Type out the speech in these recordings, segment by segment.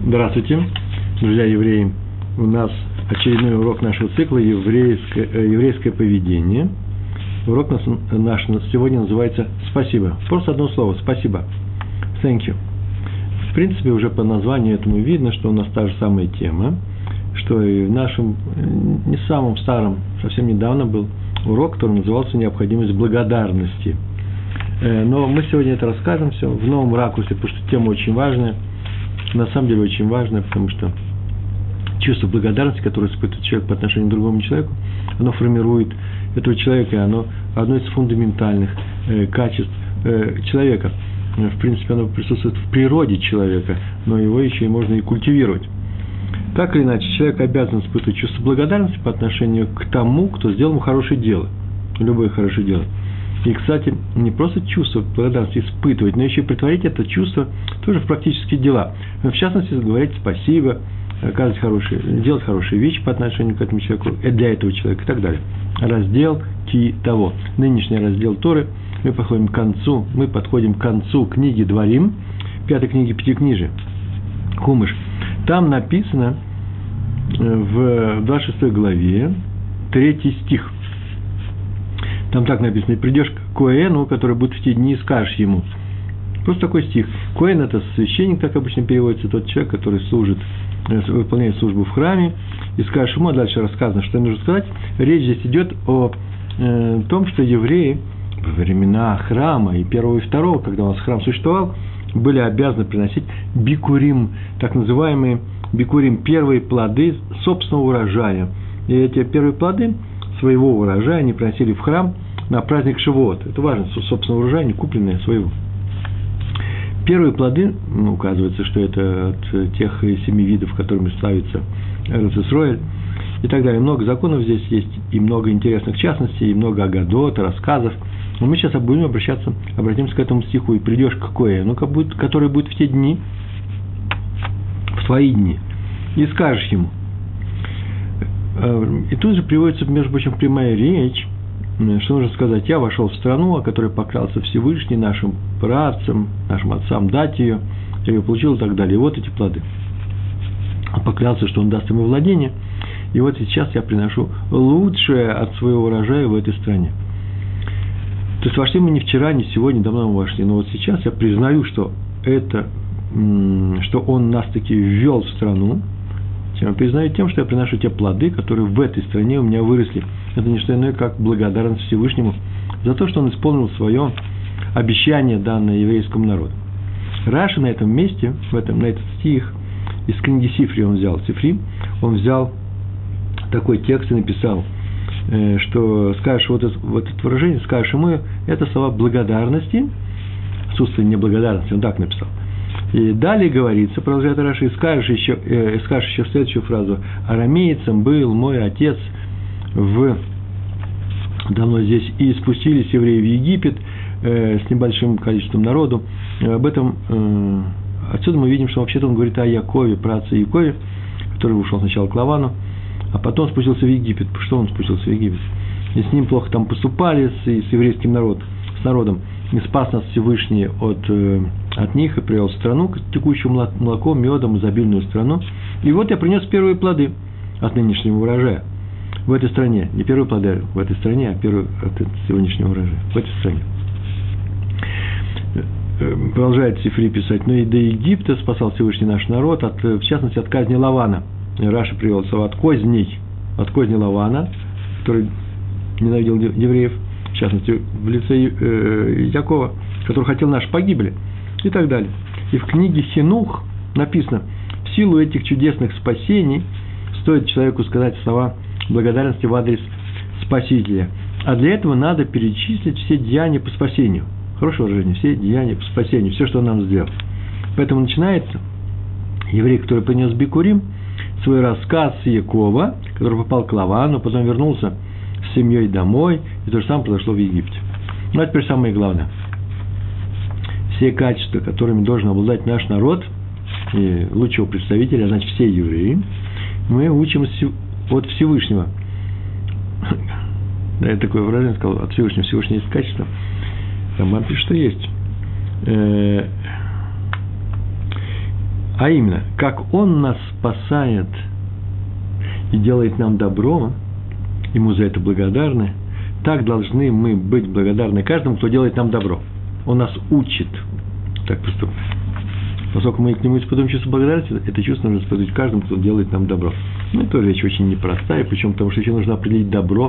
Здравствуйте, друзья евреи. У нас очередной урок нашего цикла «Еврейское поведение». Урок наш сегодня называется «Спасибо». Просто одно слово «Спасибо». Thank you. В принципе, уже по названию этому видно, что у нас та же самая тема, что и в нашем, не самом старом, совсем недавно был урок, который назывался «Необходимость благодарности». Но мы сегодня это расскажем все в новом ракурсе, потому что тема очень важная. На самом деле очень важно, потому что чувство благодарности, которое испытывает человек по отношению к другому человеку, оно формирует этого человека, и оно одно из фундаментальных качеств человека. В принципе, оно присутствует в природе человека, но его еще и можно и культивировать. Так или иначе, человек обязан испытывать чувство благодарности по отношению к тому, кто сделал ему хорошее дело, любое хорошее дело. И, кстати, не просто чувство благодарности испытывать, но еще и притворить это чувство тоже в практические дела. В частности, говорить спасибо, делать хорошие вещи по отношению к этому человеку, для этого человека и так далее. Раздел того. Нынешний раздел Торы. Мы подходим к концу книги Дворим, 5 книги Пятикнижия, Хумаш. Там написано в 26 главе 3 стих. Там так написано: «И придешь к Коэну, который будет в те дни, и скажешь ему». Просто такой стих. Коэн – это священник, так обычно переводится, тот человек, который выполняет службу в храме, и скажешь ему, а дальше рассказано, что нужно сказать. Речь здесь идет о том, что евреи во времена храма, и первого, и второго, когда у нас храм существовал, были обязаны приносить бикурим, так называемые бикурим, первые плоды собственного урожая. И эти первые плоды своего урожая они приносили в храм на праздник Шивот. Это важно, собственно, урожай, не купленное, своего. Первые плоды, указывается, что это от тех 7 видов, которыми славится Эрец Исроэль, и так далее. Много законов здесь есть, и много интересных частностей, и много агадот, рассказов. Но мы сейчас будем обратимся к этому стиху. «И придешь к Коэну, который будет в те дни, в свои дни, и скажешь ему». И тут же приводится, между прочим, прямая речь, что нужно сказать: «Я вошел в страну, о которой поклялся Всевышний нашим працам, нашим отцам дать ее, я ее получил» и так далее. И вот эти плоды. Он поклялся, что он даст ему владение, и вот сейчас я приношу лучшее от своего урожая в этой стране. То есть вошли мы не вчера, не сегодня, давно мы вошли, но вот сейчас я признаю, что что он нас таки ввел в страну. Я признаю тем, что я приношу те плоды, которые в этой стране у меня выросли. Это не что иное, как благодарность Всевышнему за то, что он исполнил свое обещание, данное еврейскому народу. Раши на этом месте, на этот стих, из книги Сифри он взял такой текст и написал, что скажешь вот это выражение, скажешь ему, это слова благодарности, отсутствие неблагодарности, он так написал. И далее говорится, продолжает Раши, скажешь еще следующую фразу: «Арамеецем был мой отец давно здесь, и спустились евреи в Египет с небольшим количеством народу». Об этом отсюда мы видим, что вообще-то он говорит о Якове, праотце Якове, который ушел сначала к Лавану, а потом спустился в Египет. Что он спустился в Египет? И с ним плохо там поступали, с еврейским народом. И спас нас Всевышний от них и привел в страну, текущую молоком, медом, изобильную страну. И вот я принес первые плоды от нынешнего урожая в этой стране. Не первые плоды в этой стране, а первые от сегодняшнего урожая в этой стране. Продолжает Сифри писать: «Но и до Египта спасал Всевышний наш народ, в частности, от казни Лавана». Раши привел слова от козни Лавана, который ненавидел евреев, в частности, в лице Якова, который хотел нашей погибели, и так далее. И в книге Хинух написано: «В силу этих чудесных спасений стоит человеку сказать слова благодарности в адрес Спасителя. А для этого надо перечислить все деяния по спасению». Хорошее выражение: все деяния по спасению, все, что он нам сделал. Поэтому начинается еврей, который принес бикурим, свой рассказ с Якова, который попал к Лавану, потом вернулся с семьей домой, и то же самое произошло в Египте. Ну, а теперь самое главное. Все качества, которыми должен обладать наш народ, и лучшего представителя, а значит, все евреи, мы учим от Всевышнего. Да, я такое выражение сказал: от Всевышнего. Всевышний есть качество. Там пишет, что есть. А именно, как Он нас спасает и делает нам добро, Ему за это благодарны, так должны мы быть благодарны каждому, кто делает нам добро. Он нас учит так поступать. Поскольку мы к Нему испытываем чувство благодарности, это чувство нужно испытывать каждому, кто делает нам добро. Ну, это тоже вещь очень непростая, причем потому что еще нужно определить добро.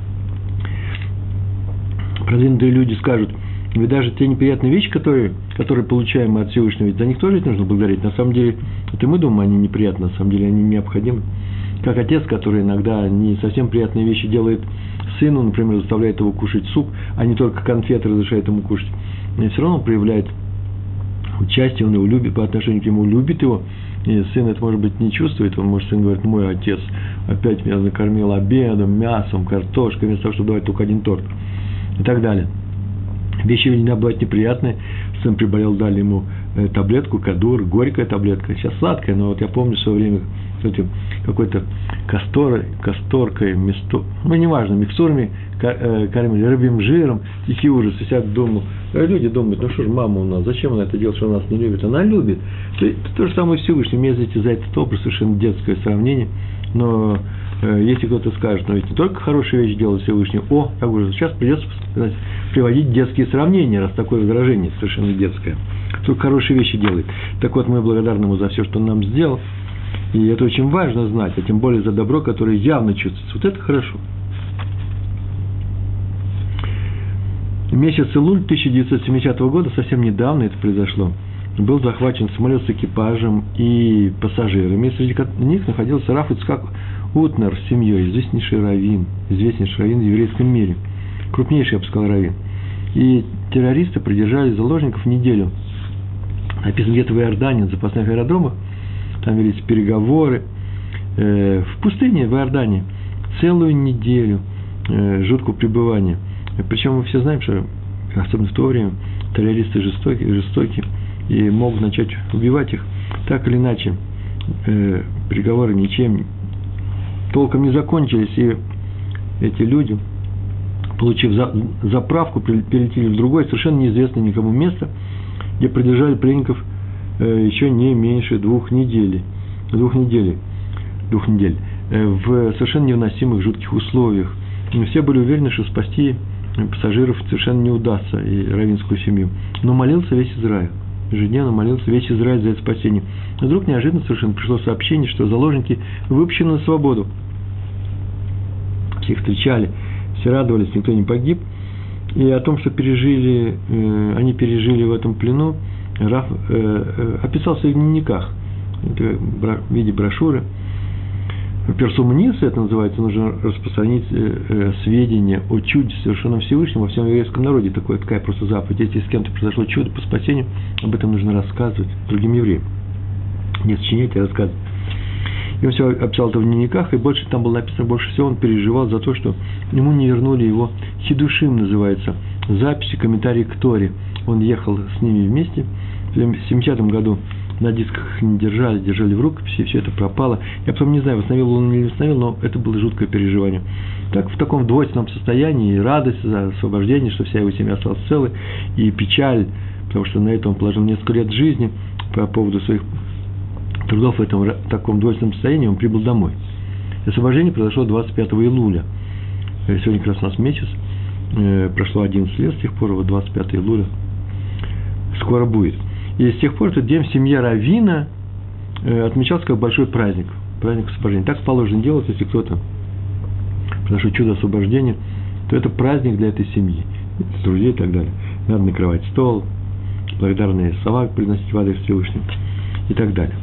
Продвинутые люди скажут, ведь даже те неприятные вещи, которые получаем мы от Всевышнего, ведь за них тоже ведь нужно благодарить. На самом деле, это мы думаем, они неприятны, на самом деле они необходимы. Как отец, который иногда не совсем приятные вещи делает сыну, например, заставляет его кушать суп, а не только конфеты разрешает ему кушать. И все равно он проявляет участие, он его любит, по отношению к нему любит его, и сын это, может быть, не чувствует, он, может, сын говорит, мой отец опять меня накормил обедом, мясом, картошкой, вместо того, чтобы давать только один торт, и так далее. Вещи иногда бывают неприятные, сын приболел, дали ему таблетку, кадур, горькая таблетка, сейчас сладкая, но вот я помню в свое время, кстати, какой-то касторкой, ну, неважно, микстурами кормили, рыбьим жиром, тихий ужас, и всяк думал, люди думают, ну что ж мама у нас, зачем она это делает, что она нас не любит, она любит, это то же самое Всевышний, мне за этот образ совершенно детское сравнение, но если кто-то скажет, но ведь не только хорошие вещи делает Всевышний, я говорю, сейчас придется приводить детские сравнения, раз такое выражение совершенно детское, только хорошие вещи делает. Так вот, мы благодарны ему за все, что он нам сделал, и это очень важно знать, а тем более за добро, которое явно чувствуется. Вот это хорошо. Месяц Илуль 1970 года, совсем недавно это произошло, был захвачен самолет с экипажем и пассажирами. Среди них находился Рав Ицхак Утнер с семьей, известнейший раввин в еврейском мире, крупнейший, я бы сказал, раввин. И террористы продержали заложников неделю. Написано где-то в Иордании, на запасных аэродромах, там велись переговоры. В пустыне, в Иордании, целую неделю жуткого пребывания. Причем мы все знаем, что, особенно в то время, террористы жестокие и могут начать убивать их. Так или иначе, переговоры ничем толком не закончились, и эти люди, получив заправку, перелетели в другое, совершенно неизвестное никому место, где продержали пленников еще не меньше 2 недель, в совершенно невыносимых жутких условиях. И все были уверены, что спасти пассажиров совершенно не удастся, и раввинскую семью. Но молился весь Израиль. Ежедневно молился весь Израиль за это спасение. Но вдруг неожиданно совершенно пришло сообщение, что заложники выпущены на свободу. Всех встречали, все радовались, никто не погиб. И о том, что они пережили в этом плену, Рав описал в своих дневниках, в виде брошюры. Персумница, это называется, нужно распространить сведения о чуде, совершенном Всевышнем во всем еврейском народе. Такая просто заповедь. Если с кем-то произошло чудо по спасению, об этом нужно рассказывать другим евреям. Не сочинять, а рассказывать. И он все описал это в дневниках, и больше там было написано, больше всего он переживал за то, что ему не вернули его хидушим, называется, записи, комментарии к Торе. Он ехал с ними вместе. В 70-м году на дисках не держали в рукописи, все это пропало. Я потом не знаю, восстановил он или не восстановил, но это было жуткое переживание. Так, в таком двойственном состоянии, и радость за освобождение, что вся его семья осталась целой, и печаль, потому что на это он положил несколько лет жизни по поводу своих трудов в таком двойственном состоянии, он прибыл домой. Освобождение произошло 25 Илуля. Сегодня как раз у нас месяц, прошло 11 лет с тех пор, вот 25 Илуля скоро будет. И с тех пор этот день в семье раввина отмечался как большой праздник освобождения. Так положено делать, если кто-то произошло чудо освобождения, то это праздник для этой семьи, друзей и так далее. Надо накрывать стол, благодарные слова приносить в адрес Всевышнего и так далее.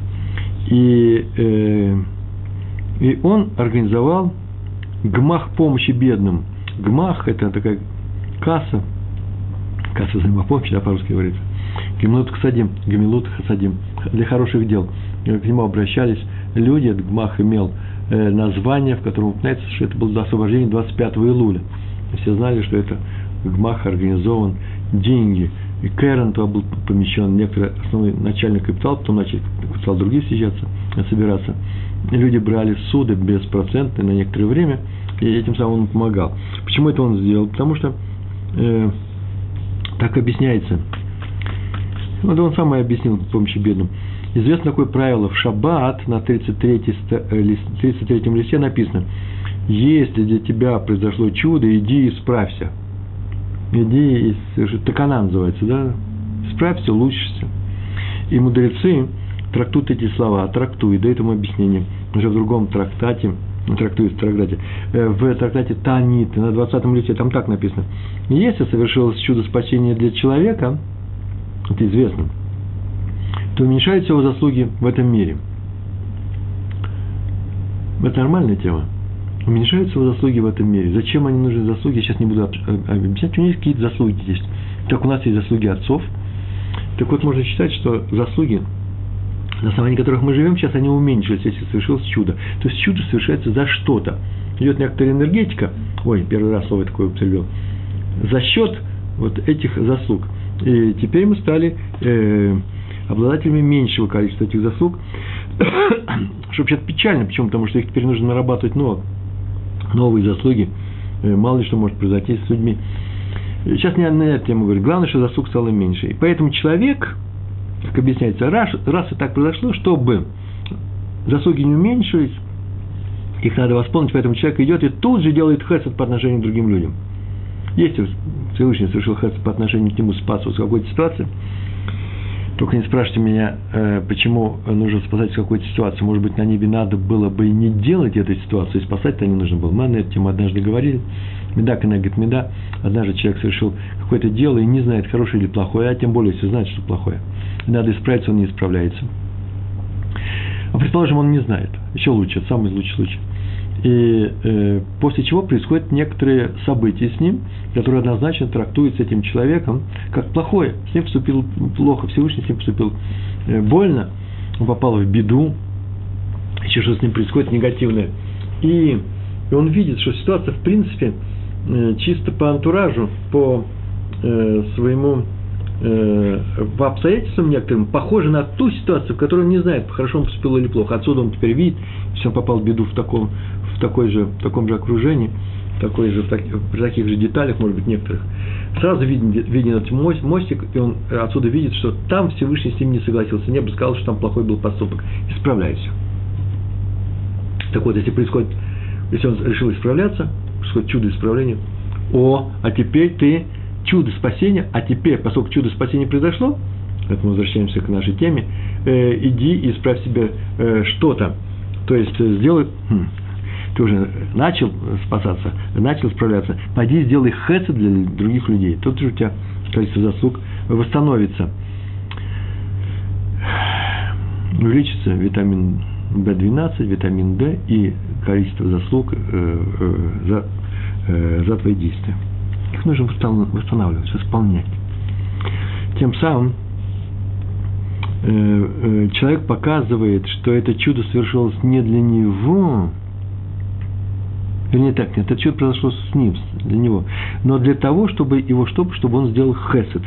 И он организовал гмах помощи бедным. Гмах – это такая касса взаимопомощи, по-русски говорится. Гемилут хасадим, для хороших дел. К нему обращались люди, этот гмах имел название, в котором упоминается, что это было до освобождения 25 Илуля. Все знали, что это гмах организован, деньги. И Кэрон туда был помещен, некоторые основной начальный капитал, потом начали капитал другие собираться. И люди брали суды беспроцентные на некоторое время, и этим самым он помогал. Почему это он сделал? Потому что так объясняется. Вот он сам и объяснил с помощью бедным. Известно такое правило. В шаббат на 33-м листе написано: если для тебя произошло чудо, иди и исправься. Иди и соверши. Такана называется, да? Исправься, улучшишься. И мудрецы трактуют эти слова, дают ему объяснение. Уже в другом трактате, в трактате Таанит, на 20-м листе, там так написано: если совершилось чудо спасения для человека, это известно, то уменьшаются его заслуги в этом мире. Это нормальная тема. Уменьшаются его заслуги в этом мире. Зачем они нужны заслуги? Я сейчас не буду объяснять. У них какие-то заслуги есть. Так у нас есть заслуги отцов. Так вот, можно считать, что заслуги, на основании которых мы живем, сейчас они уменьшились, если совершилось чудо. То есть чудо совершается за что-то. Идет некоторая энергетика. Ой, первый раз слово такое употребил. За счет вот этих заслуг. И теперь мы стали обладателями меньшего количества этих заслуг. Что вообще-то печально. Почему? Потому что их теперь нужно нарабатывать новые заслуги. Мало ли что может произойти с людьми. Сейчас не на эту тему говорю. Главное, что заслуг стало меньше. И поэтому человек, как объясняется, раз и так произошло, чтобы заслуги не уменьшились, их надо восполнить, поэтому человек идет и тут же делает хесед по отношению к другим людям. Если Всевышний совершил хесед по отношению к нему, спасся в какой-то ситуации, только не спрашивайте меня, почему нужно спасать в какой-то ситуации. Может быть, на небе надо было бы и не делать этой ситуации, и спасать-то не нужно было. Мы на эту тему однажды говорили. Меда кенегет меда. Однажды человек совершил какое-то дело и не знает, хорошее или плохое, а тем более, если знает, что плохое. И надо исправиться, он не исправляется. А предположим, он не знает. Еще лучше, это самый лучший случай. И после чего происходят некоторые события с ним, которые однозначно трактуют с этим человеком как плохое. С ним поступил плохо, Всевышний с ним поступил больно, он попал в беду, еще что с ним происходит негативное. И он видит, что ситуация, в принципе, чисто по антуражу, по своему, по обстоятельствам некоторым, похожа на ту ситуацию, в которой он не знает, хорошо он поступил или плохо. Отсюда он теперь видит, если он попал в беду в таком же окружении, при таких же деталях, может быть, некоторых, сразу виден этот мостик, и он отсюда видит, что там Всевышний с ним не согласился, не бы сказал, что там плохой был поступок. Исправляйся. Так вот, если он решил исправляться, происходит чудо исправления, а теперь ты чудо спасения, а теперь, поскольку чудо спасения произошло, это мы возвращаемся к нашей теме, иди и исправь себе что-то. То есть, сделай... Ты уже начал спасаться, начал справляться, пойди сделай хесед для других людей. Тут же у тебя количество заслуг восстановится. Увеличится витамин В12, витамин D и количество заслуг за твои действия. Их нужно восстанавливать, восполнять. Тем самым человек показывает, что это чудо совершилось не для него. Вернее, так, нет, это чудо произошло с ним, для него. Но для того, чтобы он сделал хесед.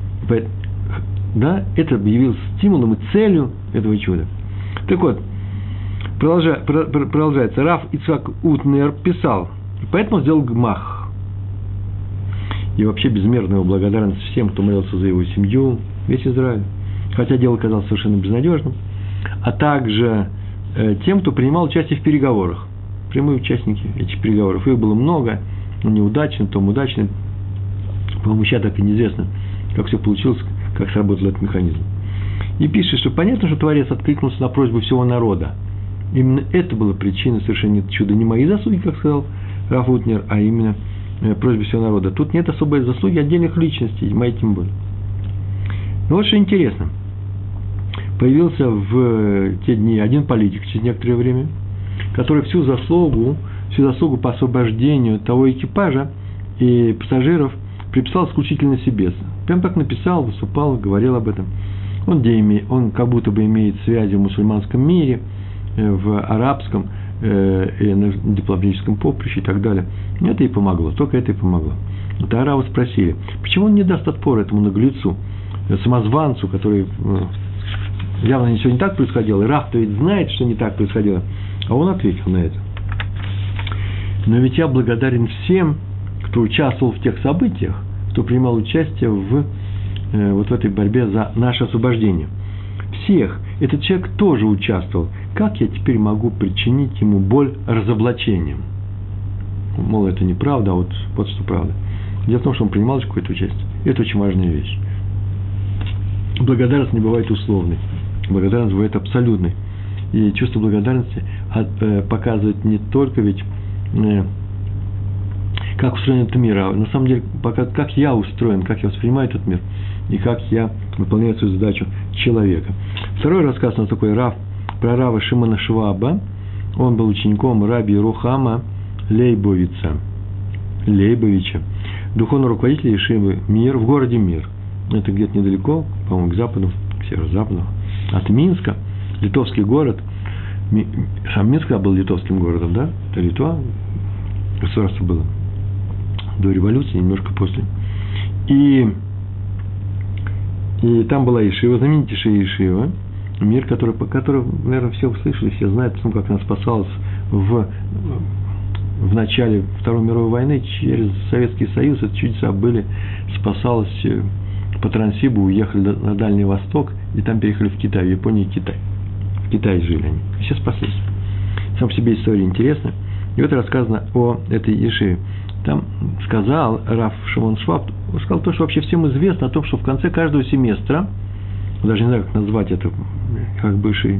Да, это явилось стимулом и целью этого чуда. Так вот, продолжается. Рав Ицхак Утнер писал, поэтому сделал гмах. И вообще безмерную благодарность всем, кто молился за его семью, весь Израиль. Хотя дело казалось совершенно безнадежным. А также тем, кто принимал участие в переговорах. Прямые участники этих переговоров. Их было много, неудачно, том удачно. По-моему, сейчас так и неизвестно, как все получилось, как сработал этот механизм. И пишет, что понятно, что Творец откликнулся на просьбу всего народа. Именно это была причина совершения чуда. Не мои заслуги, как сказал Рав Утнер, а именно просьба всего народа. Тут нет особой заслуги отдельных личностей, мои тем более. Но вот что интересно. Появился в те дни один политик через некоторое время, который всю заслугу по освобождению того экипажа и пассажиров приписал исключительно себе. Прям так написал, выступал, говорил об этом. Он как будто бы имеет связи в мусульманском мире, в арабском, и на дипломатическом поприще и так далее. Это и помогло, только это и помогло. Это арабы спросили, почему он не даст отпор этому наглецу, самозванцу, который явно ничего не так происходило, и Рав-то ведь знает, что не так происходило. А он ответил на это. Но ведь я благодарен всем, кто участвовал в тех событиях, кто принимал участие в вот в этой борьбе за наше освобождение. Всех. Этот человек тоже участвовал. Как я теперь могу причинить ему боль разоблачением? Мол, это неправда, а вот что правда. Дело в том, что он принимал какое-то участие. Это очень важная вещь. Благодарность не бывает условной. Благодарность бывает абсолютной. И чувство благодарности показывает не только ведь, как устроен этот мир, а на самом деле, как я устроен, как я воспринимаю этот мир, и как я выполняю свою задачу человека. Второй рассказ у нас такой про Рава Шимона Шваба. Он был учеником Раби Рухама Лейбовича, духовного руководителя Ешивы Мир в городе Мир. Это где-то недалеко, по-моему, к западу, к северо-западу, от Минска, литовский город. Сам Минск был литовским городом, да? Это Литва, государство было до революции, немножко после. И там была Ешива, знаменитейшая Ешива, Мир, который, наверное, все услышали, все знают, о том, как она спасалась в начале Второй мировой войны через Советский Союз. Это чудеса были, спасалась по Транссибу, уехали на Дальний Восток, и там переехали в Китай, в Японию и Китай. В Китае жили они. Все спаслись. Сам по себе история интересная. И вот рассказано о этой Ешиве. Там сказал Рав Шимон Шваб, сказал то, что вообще всем известно, о том, что в конце каждого семестра, даже не знаю, как назвать это, как бывший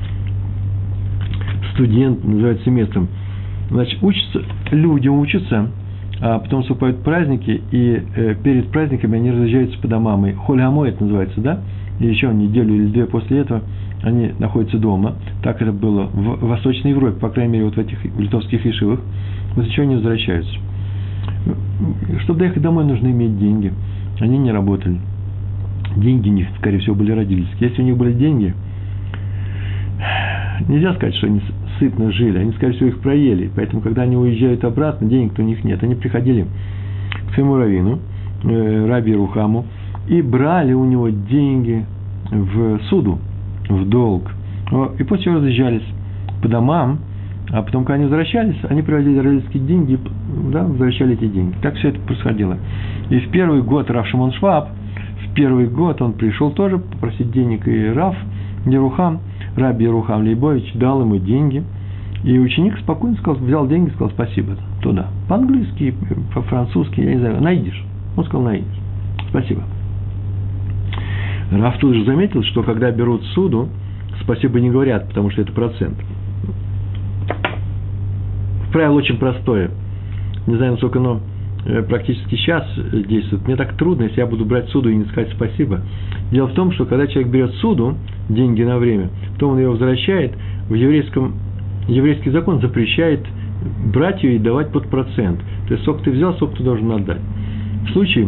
студент называют семестром, значит, люди учатся, а потом наступают праздники, и перед праздниками они разъезжаются по домам. И холь гамой это называется, да? И еще неделю или две после этого они находятся дома. Так это было в Восточной Европе, по крайней мере, вот в этих литовских ешивах. После чего они возвращаются. Чтобы доехать домой, нужно иметь деньги. Они не работали. Деньги у них, скорее всего, были родительские. Если у них были деньги, нельзя сказать, что они сытно жили. Они, скорее всего, их проели. Поэтому, когда они уезжают обратно, денег-то у них нет. Они приходили к своему раввину, Раби Рухаму, и брали у него деньги в суду, в долг. И после чего разъезжались по домам, а потом, когда они возвращались, они привозили родительские деньги, да, возвращали эти деньги. Так все это происходило. И в первый год Рав Шимон Шваб, в первый год он пришел тоже попросить денег, и Рав Ерухам, Раби Ерухам Лейбович дал ему деньги, и ученик спокойно сказал, взял деньги и сказал спасибо туда. По-английски, по-французски, я не знаю, найдешь. Он сказал, найдешь. Спасибо. Рав тут же заметил, что когда берут суду, спасибо не говорят, потому что это процент. Правило очень простое. Не знаю, насколько оно практически сейчас действует. Мне так трудно, если я буду брать суду и не сказать спасибо. Дело в том, что когда человек берет суду, деньги на время, потом он ее возвращает, еврейский закон запрещает брать ее и давать под процент. То есть, сколько ты взял, сколько ты должен отдать. В случае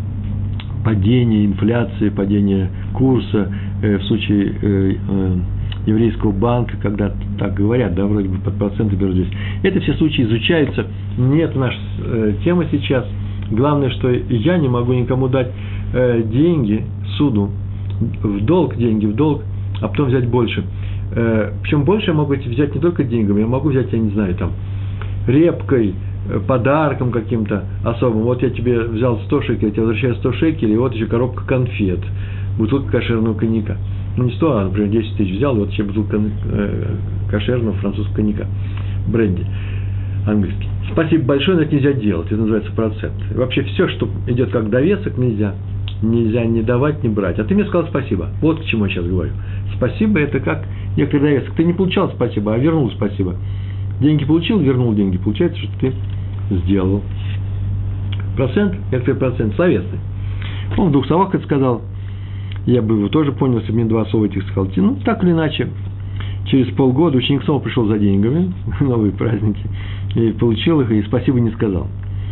падения инфляции, падения курса, в случае еврейского банка, когда так говорят, да, вроде бы под проценты берут здесь. Это все случаи изучаются. Нет наша тема сейчас. Главное, что я не могу никому дать деньги суду, в долг, а потом взять больше. Причем больше я могу взять не только деньгами, я могу взять, я не знаю, там, репкой, подарком каким-то особым. Вот я тебе взял 100 шекелей, я тебе возвращаю 100 шекелей, и вот еще коробка конфет, бутылка кошерного коньяка. Ну, не 100, а, например, 10 тысяч взял, и вот еще бутылка кошерного французского коньяка, бренди английский. Спасибо большое, но это нельзя делать, это называется процент. И вообще все, что идет как довесок, нельзя не давать, не брать. А ты мне сказал спасибо. Вот к чему я сейчас говорю. Спасибо – это как некоторый довесок. Ты не получал спасибо, а вернул спасибо. Деньги получил, вернул деньги. Получается, что ты сделал. Процент, некоторый процент, словесный. Он в двух словах это сказал. Я бы его тоже понял, если бы мне два слова этих сказал. Ну, так или иначе, через полгода ученик снова пришел за деньгами, новые праздники, и получил их, и спасибо не сказал.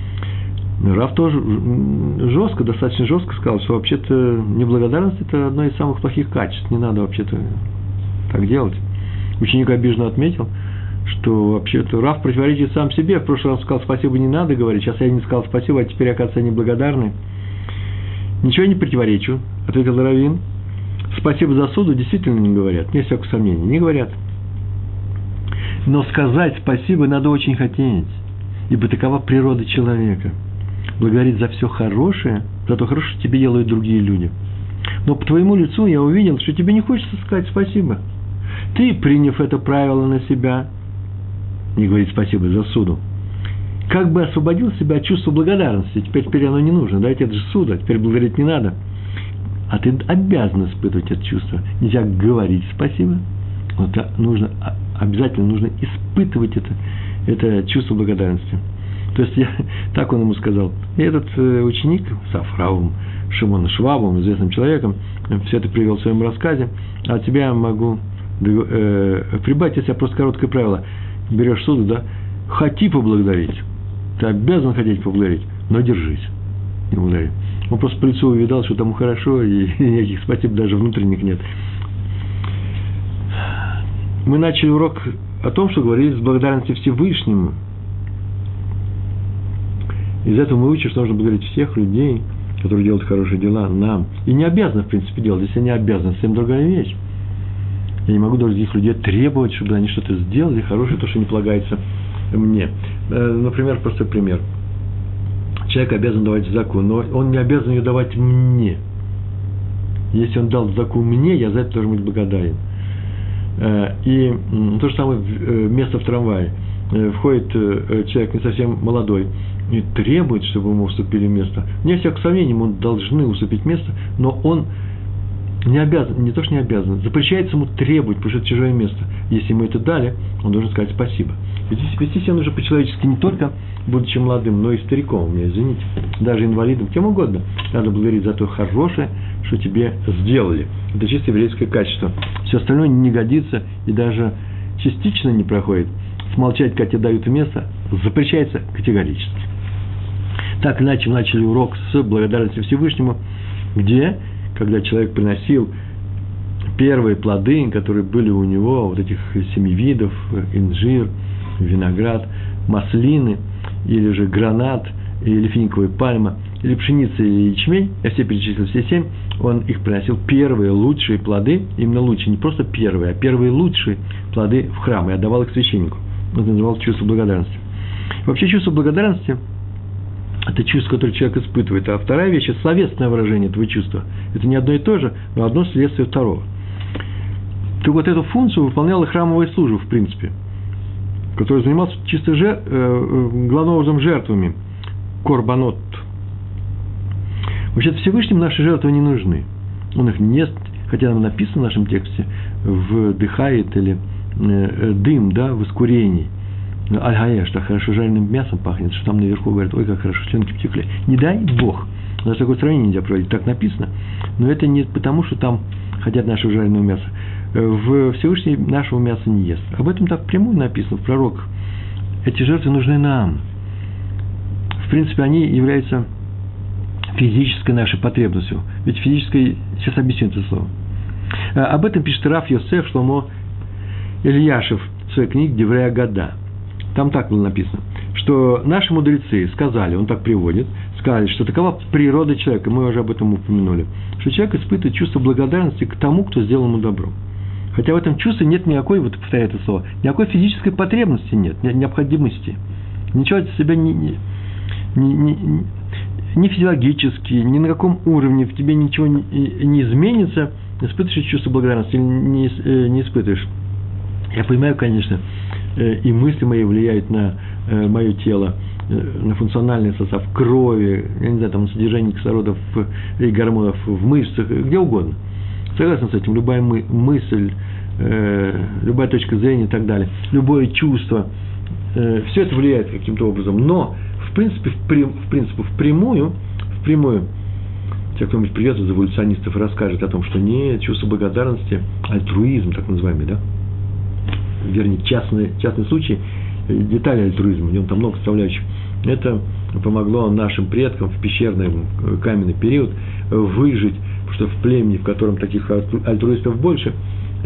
Рав тоже достаточно жестко сказал, что вообще-то неблагодарность – это одно из самых плохих качеств. Не надо вообще-то так делать. Ученик обиженно отметил, что вообще-то Рав противоречит сам себе. В прошлый раз сказал, спасибо не надо говорить, сейчас я не сказал спасибо, а теперь, оказывается, я неблагодарный. Ничего не противоречу, ответил раввин. Спасибо за суду действительно не говорят, нет всякого сомнения, не говорят. Но сказать спасибо надо очень хотеть, ибо такова природа человека. благодарить за все хорошее, за то хорошее, что тебе делают другие люди. Но по твоему лицу я увидел, что тебе не хочется сказать спасибо. Ты, приняв это правило на себя, не говорить спасибо за суду, как бы освободил себя от чувства благодарности. Теперь оно не нужно. Дайте это же суда, теперь благодарить не надо. А ты обязан испытывать это чувство. Нельзя говорить спасибо. Это обязательно нужно испытывать это чувство благодарности. То есть, так он ему сказал. И этот ученик с Афравом, Шимоном Швабом, известным человеком, все это привел в своем рассказе. А от тебя могу прибавить, если я просто короткое правило. Берешь суду, да, хоти поблагодарить. Ты обязан хотеть поблагодарить, но держись. Не благодари. Он просто по лицу увидал, что тому хорошо, и никаких спасибо даже внутренних нет. Мы начали урок о том, что говорили с благодарностью Всевышнему. Из этого мы учим, что нужно благодарить всех людей, которые делают хорошие дела нам. И не обязаны, в принципе, делать. Если не обязаны, совсем другая вещь. Я не могу других людей требовать, чтобы они что-то сделали хорошее, то, что не полагается мне. Например, простой пример. Человек обязан давать заку, но он не обязан ее давать мне. Если он дал заку мне, я за это должен быть благодарен. И то же самое место в трамвае. Входит человек не совсем молодой и требует, чтобы ему уступили место. Вне всякого сомнения, ему должны уступить место, но он не обязан, не то что не обязан, запрещается ему требовать, потому что это чужое место. Если ему это дали, он должен сказать спасибо. Вести себя нужно по-человечески не только будучи молодым, но и стариком, меня извините, даже инвалидом, кем угодно. Надо благодарить за то хорошее, что тебе сделали. Это чисто еврейское качество. Все остальное не годится и даже частично не проходит. Смолчать, когда тебе дают место, запрещается категорически. Так иначе мы начали урок с благодарности Всевышнему, где, когда человек приносил первые плоды, которые были у него, вот этих 7 видов, инжир, виноград, маслины, или же гранат, или финиковая пальма, или пшеница и ячмень, я все перечислил, все 7, он их приносил первые лучшие плоды, именно лучшие, не просто первые, а первые лучшие плоды в храм, и отдавал их священнику. Это называлось чувство благодарности. Вообще чувство благодарности – это чувство, которое человек испытывает. А вторая вещь – это словесное выражение этого чувства. Это не одно и то же, но одно следствие второго. То вот эту функцию выполняла храмовая служба, в принципе, которая занималась чисто главным образом жертвами, корбанот. Вообще-то Всевышним наши жертвы не нужны. Он их не ест, хотя нам написано в нашем тексте, вдыхает или дым, да, в искурении. Аль-Гаеш, так хорошо жареным мясом пахнет, что там наверху говорят, ой, как хорошо, членки потекли. Не дай Бог. Даже такое сравнение нельзя проводить, так написано. Но это не потому, что там хотят нашего жареного мяса. В Всевышний нашего мяса не ест. Об этом так прямую написано в пророках. Эти жертвы нужны нам. В принципе, они являются физической нашей потребностью. Ведь физической, сейчас объясню это слово. Об этом пишет Рав Йосеф Шломо Ильяшев в своей книге «Деврей Агада». Там так было написано, что наши мудрецы сказали, он так приводит, сказали, что такова природа человека, мы уже об этом упомянули, что человек испытывает чувство благодарности к тому, кто сделал ему добро. Хотя в этом чувстве нет никакой, вот повторяю это слово, никакой физической потребности нет, необходимости. Ничего от себя ни физиологически, ни на каком уровне в тебе ничего не изменится, испытываешь чувство благодарности или не испытываешь. Я понимаю, конечно, и мысли мои влияют на мое тело, на функциональный состав крови, я не знаю, там, содержание кислорода и гормонов в мышцах, где угодно. Согласен с этим, любая мысль, любая точка зрения и так далее, любое чувство, все это влияет каким-то образом. Но, в принципе, впрямую, те, кто-нибудь придет из эволюционистов и расскажет о том, что нет, чувство благодарности, альтруизм, так называемый, да, вернее, частный случай, детали альтруизма, в нем там много составляющих. Это помогло нашим предкам в пещерный каменный период выжить, потому что в племени, в котором таких альтруистов больше,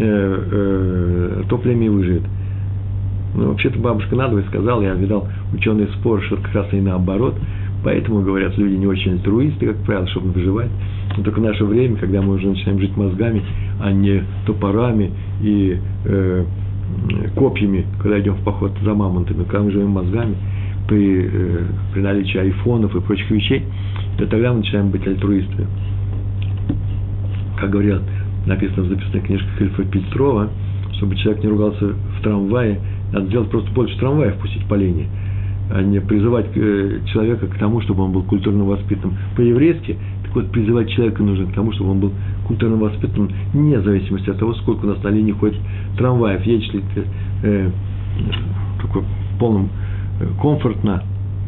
то племя и выживет. Но вообще-то бабушка надвое сказала, я видал ученый спор, что как раз и наоборот, поэтому, говорят, люди не очень альтруисты, как правило, чтобы выживать. Но только в наше время, когда мы уже начинаем жить мозгами, а не топорами и копьями, когда идем в поход за мамонтами, когда мы живем мозгами, при наличии айфонов и прочих вещей, то тогда мы начинаем быть альтруистами. Как говорят, написано в записной книжке Ильфа Петрова, чтобы человек не ругался в трамвае, надо сделать просто больше трамваев пустить по линии, а не призывать человека к тому, чтобы он был культурно воспитанным. По-еврейски, так вот, призывать человека нужно к тому, чтобы он был культурно воспитанным, вне зависимости от того, сколько у нас на линии ходит трамваев. Едешь ли ты такой полном комфортно,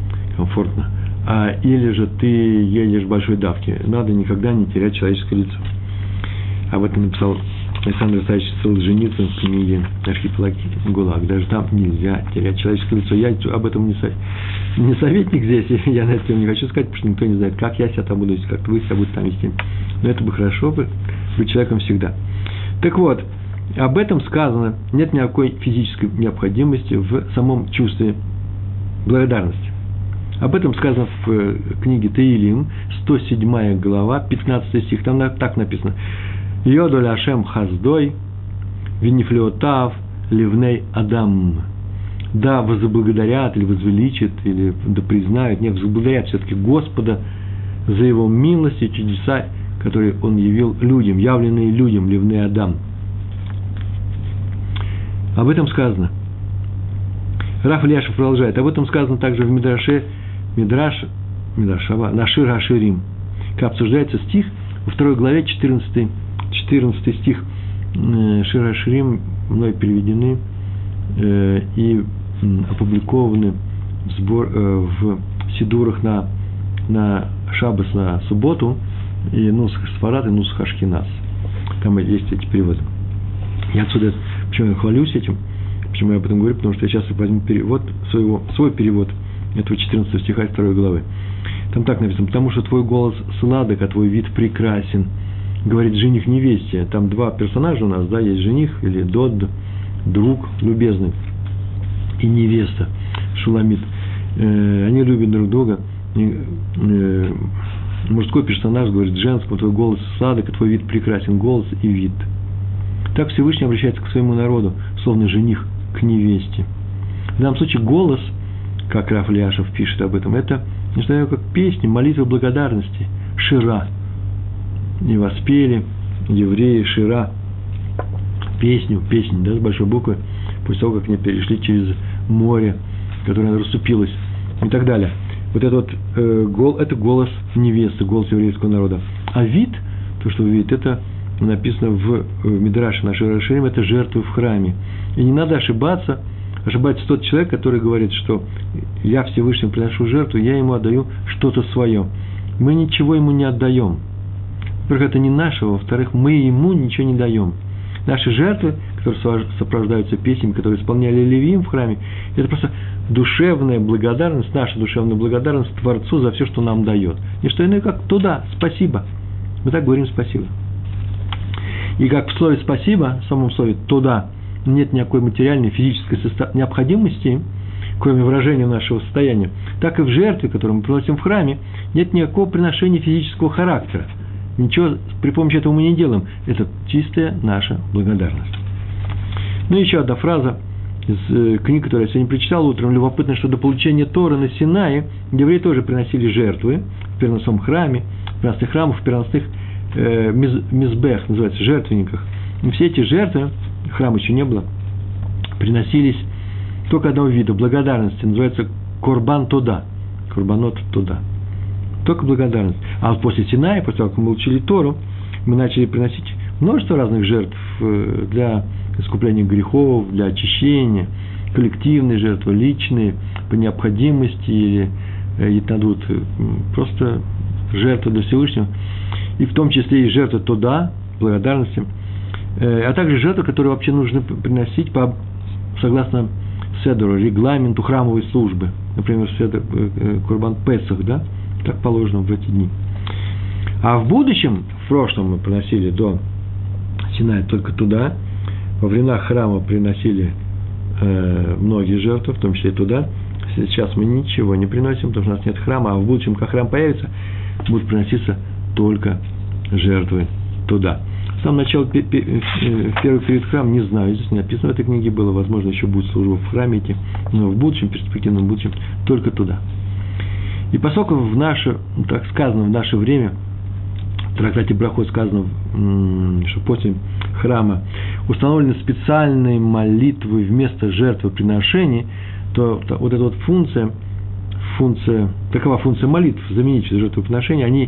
или же ты едешь в большой давке. Надо никогда не терять человеческое лицо. Об этом написал Александр Исаевич Солженицын в книге «Архипелаг ГУЛАГ». Даже там нельзя терять человеческое лицо. Я об этом не советник здесь, я на это не хочу сказать, потому что никто не знает, как я себя там буду вести, как вы себя будете там вести. Но это бы хорошо быть человеком всегда. Так вот, об этом сказано, нет никакой физической необходимости в самом чувстве благодарности. Об этом сказано в книге Теилим, 107 глава, 15 стих, там так написано: «Йодоль Ашем хаздой, винифлеотав ливней адам». Да возблагодарят, или возвеличат, или да признают, нет, возблагодарят все-таки Господа за Его милость и чудеса, которые Он явил людям, явленные людям, ливней адам. Об этом сказано. Раф Ильяшев продолжает. Об этом сказано также в Мидрашава, Нашир Аширим. Как обсуждается стих во 2 главе, 14 стих. Шир Аширим мной переведены и опубликованы в сидурах на шаббас, на субботу, и Нусах Сфарад, и Нусах Ашкеназ. Там есть эти переводы. Я отсюда, почему я хвалюсь этим, почему я об этом говорю, потому что я сейчас возьму перевод, свой перевод этого 14 стиха из 2 главы. Там так написано: «Потому что твой голос сладок, а твой вид прекрасен», говорит жених невесте. Там два персонажа у нас, да, есть жених или дод, друг любезный, и невеста, Шуламит. Они любят друг друга. Мужской персонаж говорит женскому: твой голос сладок, а твой вид прекрасен, голос и вид. Так Всевышний обращается к своему народу, словно жених к невесте. В данном случае голос, как Раф Ильяшев пишет об этом, это не знаю, как песни, молитвы благодарности, шира. И воспели евреи шира, песню, да, с большой буквы, после того, как они перешли через море, которое расступилось, и так далее. Вот это голос невесты, голос еврейского народа. А вид, то, что вы видите, это написано в Мидраше Нашир Аширим, это жертвы в храме. И не надо ошибаться тот человек, который говорит, что я Всевышнему приношу жертву, я ему отдаю что-то свое. Мы ничего ему не отдаем. Во-первых, это не наше, во-вторых, мы ему ничего не даем. Наши жертвы, которые сопровождаются песнями, которые исполняли левиим в храме, это просто душевная благодарность, наша душевная благодарность Творцу за все, что нам дает. Не что иное, как туда, спасибо. Мы так говорим спасибо. И как в слове «спасибо», в самом слове «туда», нет никакой материальной, физической необходимости, кроме выражения нашего состояния, так и в жертве, которую мы приносим в храме, нет никакого приношения физического характера. Ничего при помощи этого мы не делаем. Это чистая наша благодарность. Ну и еще одна фраза из книги, которую я сегодня прочитал утром. Любопытно, что до получения Торы на Синае евреи тоже приносили жертвы в переносном храме, в переносных храмах, в переносных мизбех, называется, жертвенниках. И все эти жертвы, храма еще не было, приносились только одного вида, благодарности, называется корбан тода, корбанот тода. Только благодарность. А вот после Синая, после того, как мы учили Тору, мы начали приносить множество разных жертв для искупления грехов, для очищения, коллективные жертвы, личные, по необходимости, или ятнадут, просто жертвы для Всевышнего, и в том числе и жертвы туда, благодарности, а также жертвы, которые вообще нужно приносить согласно седору, регламенту храмовой службы, например, седор, Курбан Песах, да, так положено в эти дни. А в будущем, в прошлом мы приносили до Синая только туда, во времена храма приносили многие жертвы, в том числе и туда. Сейчас мы ничего не приносим, потому что у нас нет храма, а в будущем, как храм появится, будут приноситься только жертвы туда. В самом начале, в первый период храма, не знаю, здесь не написано в этой книге было, возможно, еще будет служба в храме идти, но в будущем, перспективном будущем, только туда. И поскольку так сказано, в наше время, в трактате Брахот сказано, что после храма установлены специальные молитвы вместо жертвоприношений, то вот эта вот функция, такова функция молитв, заменить жертвоприношения,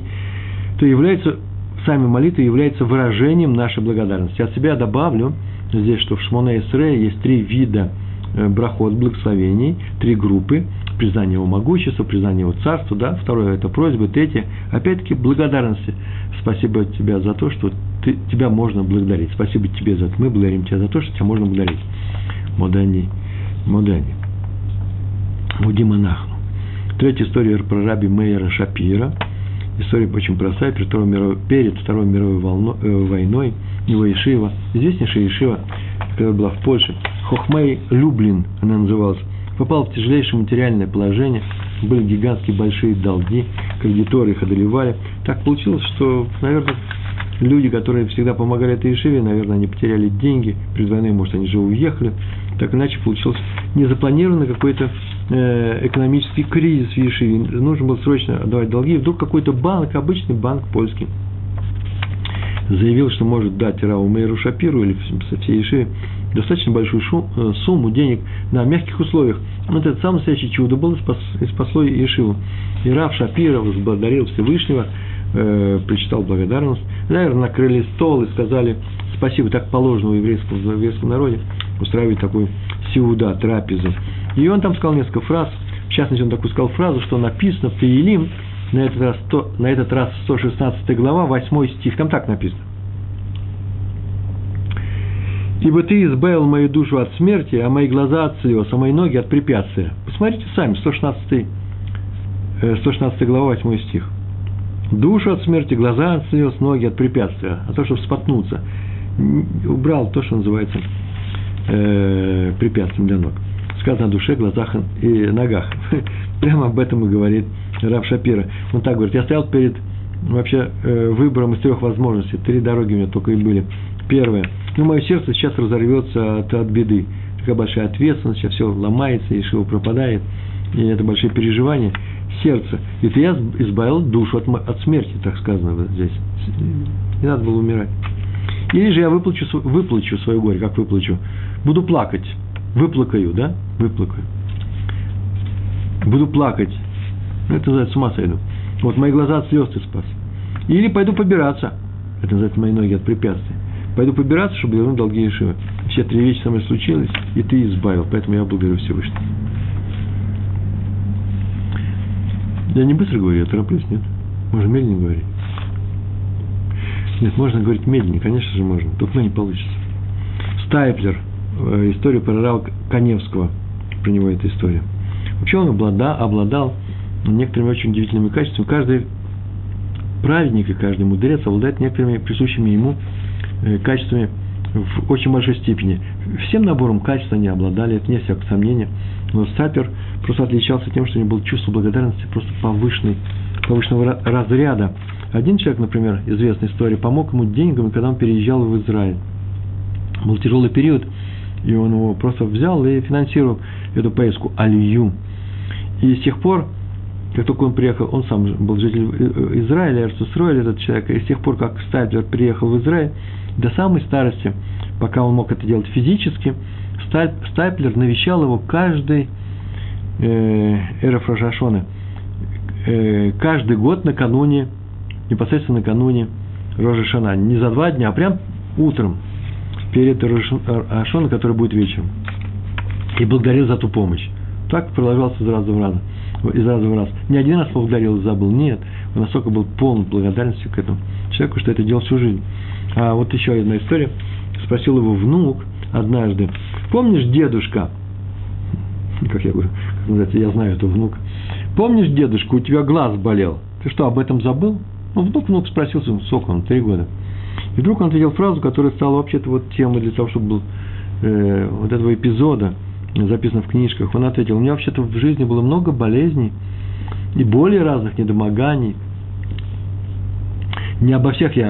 сами молитвы являются выражением нашей благодарности. От себя добавлю здесь, что в Шмоней Эсрей есть 3 вида брахот, благословений, 3 группы. Признание его могущества, признание его царства, да, второе – это просьбы, третье – опять-таки благодарности. Спасибо тебе за то, что тебя можно благодарить. Спасибо тебе за это. Мы благодарим тебя за то, что тебя можно благодарить. Модани. Мудиманахну. Третья история про раби Мейера Шапира. История очень простая. Перед Второй мировой войной его ешива, известнейшая ешива, которая была в Польше, Хохмей Люблин, она называлась, попал в тяжелейшее материальное положение, были гигантские большие долги, кредиторы их одолевали. Так получилось, что, наверное, люди, которые всегда помогали этой ешиве, наверное, они потеряли деньги, перед войной, может, они же уехали, так иначе получился незапланированный какой-то экономический кризис в ешиве, нужно было срочно отдавать долги, и вдруг какой-то банк, обычный банк польский, заявил, что может дать Раву Мейеру Шапиру или со всей ешиве достаточно большую сумму денег на мягких условиях. Вот это самое настоящее чудо было и спасло ешиву. И Рав Шапира возблагодарил Всевышнего, прочитал благодарность, наверное, накрыли стол и сказали: спасибо, так положено в еврейском народе устраивать такую сеуда, трапезу. И он там сказал несколько фраз, в частности, он такую сказал фразу, что написано в Теилим, на этот раз 116 глава, 8 стих, там так написано: «Ибо ты избавил мою душу от смерти, а мои глаза от слез, а мои ноги от препятствия». Посмотрите сами, 116 глава, 8 стих. Душу от смерти, глаза от слез, ноги от препятствия. А то, чтобы споткнуться, убрал то, что называется препятствием для ног. Сказано о душе, глазах и ногах. Прямо об этом и говорит Рав Шапира. Он так говорит: я стоял перед выбором из 3 возможностей. 3 дороги у меня только и были. Первое: мое сердце сейчас разорвется от беды. Такая большая ответственность, сейчас все ломается, ешива пропадает. И это большие переживания. Сердце. И ты я избавил душу от смерти, так сказано вот здесь. Не надо было умирать. Или же я выплачу свое горе. Как выплачу? Буду плакать. Выплакаю, да? Выплакаю. Буду плакать. Это называется, с ума сойду. Вот мои глаза от слез ты спас. Или пойду побираться. Это называется, мои ноги от препятствий. Пойду побираться, чтобы вернуть долги ешивы. Все 3 вещи со мной случились, и ты избавил. Поэтому я благодарю Всевышнего. Я не быстро говорю, я тороплюсь, нет? Можно медленнее говорить. Нет, можно говорить медленнее, конечно же можно. Только не получится. Стайплер. История про Рава Каневского. Про него эта история. Вообще он обладал некоторыми очень удивительными качествами. Каждый праведник и каждый мудрец обладает некоторыми присущими ему качествами в очень большой степени. Всем набором качеств они обладали, это не всякого сомнения. Но Стайплер просто отличался тем, что у него было чувство благодарности просто повышенного разряда. Один человек, например, известная история, помог ему деньгами, когда он переезжал в Израиль. Был тяжелый период, и он его просто взял и финансировал эту поездку, алию. И с тех пор, как только он приехал, он сам был житель Израиля, Эрец-Исроэль, этот человек, и с тех пор, как Стайплер приехал в Израиль, до самой старости, пока он мог это делать физически, Стайплер навещал его каждый Эрев Рош ха-Шана, каждый год непосредственно накануне Рош ха-Шана, не за 2 дня, а прям утром, перед Рош ха-Шана, который будет вечером, и благодарил за ту помощь. Так продолжалось из раза в раз. Не один раз поблагодарил и забыл, нет, он настолько был полон благодарности к этому человеку, что это делал всю жизнь. А вот еще одна история. Спросил его внук однажды: помнишь, дедушка, как я говорю, как называется, я знаю этого внука, помнишь, дедушка, у тебя глаз болел, ты что, об этом забыл? Ну, внук спросил, сколько он, 3 года. И вдруг он ответил фразу, которая стала вообще-то вот темой для того, чтобы был вот этого эпизода, записано в книжках. Он ответил: у меня вообще-то в жизни было много болезней и более разных недомоганий. Не обо всех я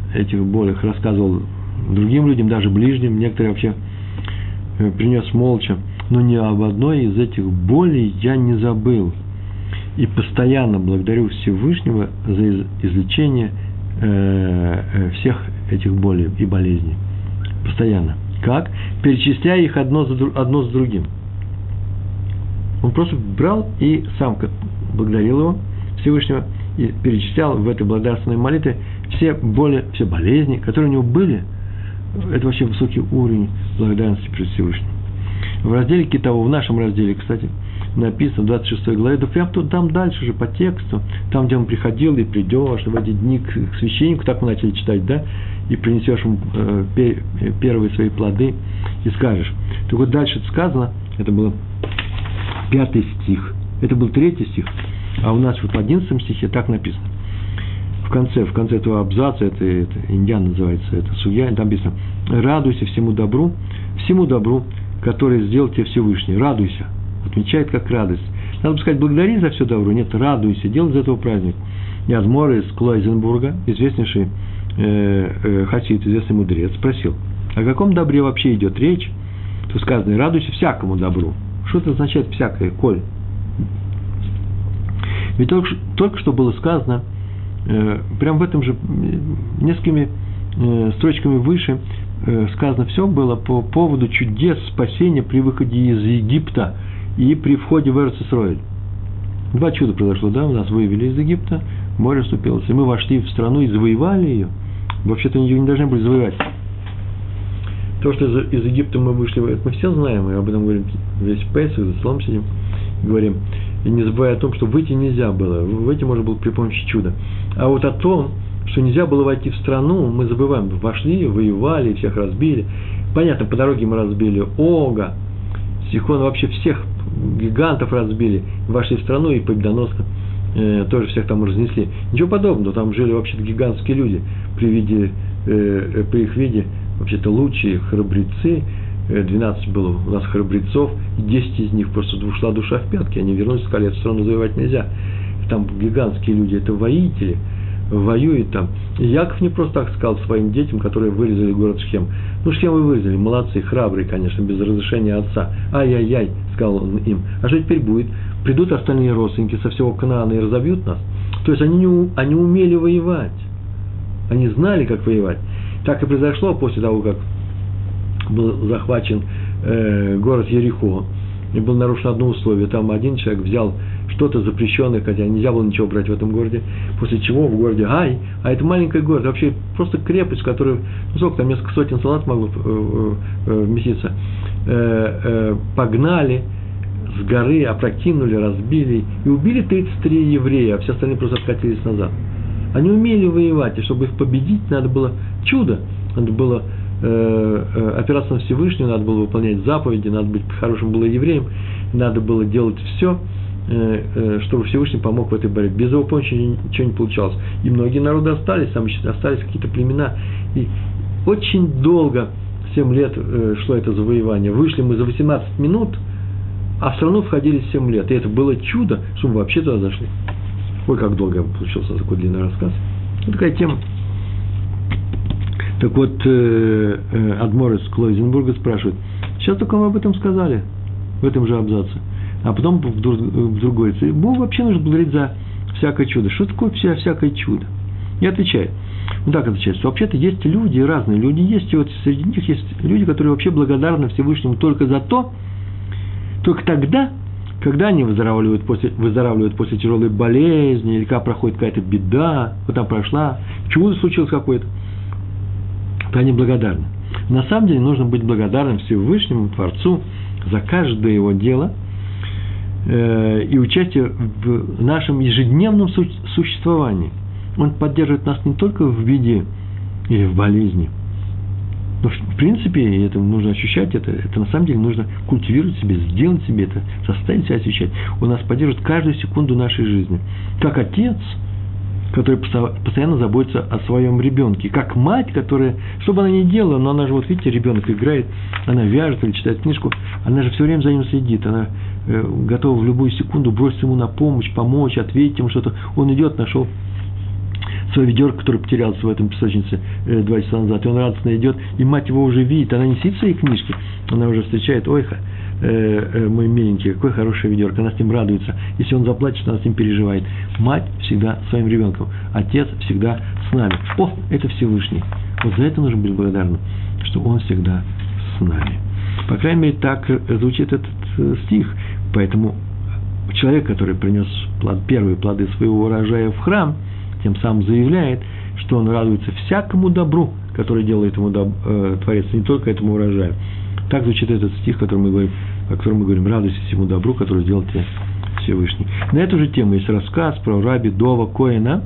этих болях рассказывал другим людям, даже ближним, некоторые вообще принес молча, но ни об одной из этих болей я не забыл. И постоянно благодарю Всевышнего за излечение всех этих болей и болезней. Постоянно. Как? Перечисляя их одно с другим. Он просто брал и сам благодарил его, Всевышнего, и перечислял в этой благодарственной молитве все боли, все болезни, которые у него были. Это вообще высокий уровень благодарности перед Всевышним. В разделе Китово, в нашем разделе, кстати, написано в 26 главе, да прям там дальше же по тексту, там, где он приходил и придешь в эти дни к священнику, так мы начали читать, да, и принесешь ему первые свои плоды и скажешь. Так вот дальше сказано, это было 5 стих, это был 3 стих, а у нас вот в 11 стихе так написано. В конце этого абзаца, это Индиан называется, это судья, там написано: радуйся всему добру, которое сделал тебе Всевышний. Радуйся. Отмечает как радость. Надо бы сказать, благодари за все добро. Нет, радуйся, делай из этого праздник. И Адмор из Клойзенбурга, известнейший хасид, известный мудрец, спросил: о каком добре вообще идет речь? То сказано: радуйся всякому добру. Что это означает всякое, коль? Ведь только что было сказано, прямо в этом же, несколькими строчками выше, сказано, все было по поводу чудес спасения при выходе из Египта и при входе в Эрец-Исроэль. 2 чуда произошло, да, нас вывели из Египта, море вступилось, и мы вошли в страну и завоевали ее. Вообще-то ее не должны были завоевать. То, что из Египта мы вышли, это мы все знаем, мы об этом говорим весь Песах, за столом сидим, говорим, и не забывая о том, что выйти нельзя было, выйти можно было при помощи чуда. А вот о том, что нельзя было войти в страну, мы забываем. Вошли, воевали, всех разбили. Понятно, по дороге мы разбили Ога, Сихон, вообще всех гигантов разбили. Вошли в страну и победоносно тоже всех там разнесли. Ничего подобного, там жили вообще-то гигантские люди. При их виде вообще-то лучшие храбрецы. 12 было у нас храбрецов, и 10 из них просто ушла душа в пятки. Они вернулись, сказали: эту страну завоевать нельзя. Там гигантские люди, это воители, воюют там. И Яков не просто так сказал своим детям, которые вырезали город Шхем. Ну, Шхем вы вырезали, молодцы, храбрые, конечно, без разрешения отца. Ай-яй-яй, сказал он им. А что теперь будет? Придут остальные родственники со всего Кнаана и разобьют нас. То есть они умели воевать. Они знали, как воевать. Так и произошло после того, как был захвачен город Ерихо, и было нарушено одно условие. Там один человек взял что-то запрещенное, хотя нельзя было ничего брать в этом городе, после чего в городе Гай, а это маленький город, вообще просто крепость, в которой, ну, сколько там, несколько сотен солдат могло вместиться, погнали с горы, опрокинули, разбили и убили 33 еврея, а все остальные просто откатились назад. Они умели воевать, и чтобы их победить, надо было чудо, надо было опираться на Всевышнего, надо было выполнять заповеди, надо быть хорошим было евреем, надо было делать все, чтобы Всевышний помог в этой борьбе. Без его помощи ничего не получалось. И многие народы остались, там еще остались какие-то племена. И очень долго, 7 лет шло это завоевание. Вышли мы за 18 минут, а в страну входили 7 лет. И это было чудо, что мы вообще туда зашли. Ой, как долго получился такой длинный рассказ. Вот такая тема. Так вот, Адмор из Клойзенбурга спрашивает: сейчас только мы об этом сказали, в этом же абзаце. А потом в другой. Богу вообще нужно благодарить за всякое чудо. Что такое всякое чудо? И отвечает. Ну так отвечает, что вообще-то есть люди, разные люди есть, и вот среди них есть люди, которые вообще благодарны Всевышнему только за то, только тогда, когда они выздоравливают после тяжелой болезни, или когда проходит какая-то беда, вот там прошла, чудо случилось какое-то, то они благодарны. На самом деле нужно быть благодарным Всевышнему, Творцу, за каждое его дело и участие в нашем ежедневном существовании. Он поддерживает нас не только в беде или в болезни, но в принципе это нужно ощущать, это на самом деле нужно культивировать себе, сделать себе это, заставить себя ощущать. Он нас поддерживает каждую секунду нашей жизни. Как отец, который постоянно заботится о своем ребенке, как мать, которая, что бы она ни делала, но она же, вот видите, ребенок играет, она вяжет или читает книжку, она же все время за ним следит, она готова в любую секунду броситься ему на помощь, помочь, ответить ему что-то. Он идет, нашел свое ведерко, которое потерялся в этом песочнице 2 часа назад, и он радостно идет, и мать его уже видит, она не сидит в своей книжке, она уже встречает, ой, мой миленький, какое хорошее ведерко, она с ним радуется, если он заплачет, она с ним переживает. Мать всегда своим ребенком, отец всегда с нами. О, это Всевышний. Вот за это нужно быть благодарным, что он всегда с нами. По крайней мере, так звучит этот стих, поэтому человек, который принес первые плоды своего урожая в храм, тем самым заявляет, что он радуется всякому добру, которое делает ему Творец, не только этому урожаю. Так звучит этот стих, о котором мы говорим, радуйся всему добру, которое сделал тебе Всевышний. На эту же тему есть рассказ про раби Дова Коэна.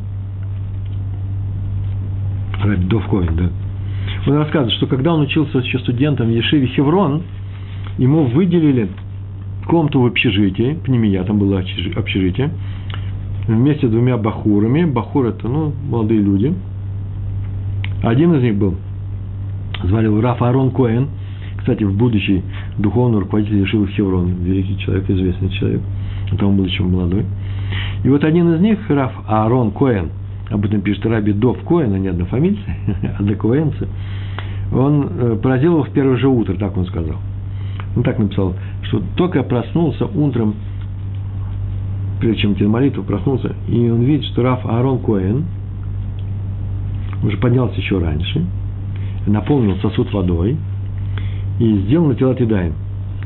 Раби Дов Коэн, да. Он рассказывает, что когда он учился еще студентом в Ешиве Хеврон, ему выделили комнату в общежитии, пнемия, там было общежитие, вместе с 2 бахурами. Бахур – это, молодые люди. Один из них звали его Раф Аарон Коэн, кстати, в будущий духовный руководитель Ешивы Хеврон, великий человек, известный человек, а там он был еще молодой. И вот один из них, Раф Аарон Коэн, об этом пишет раби Дов Коэн, они однофамильцы, однокоэнцы, он поразил его в первое же утро, так он сказал. Он так написал, что только я проснулся утром, прежде чем идти на молитву, проснулся, и он видит, что Раф Аарон Коэн уже поднялся еще раньше, наполнил сосуд водой и сделал натилат ядаим,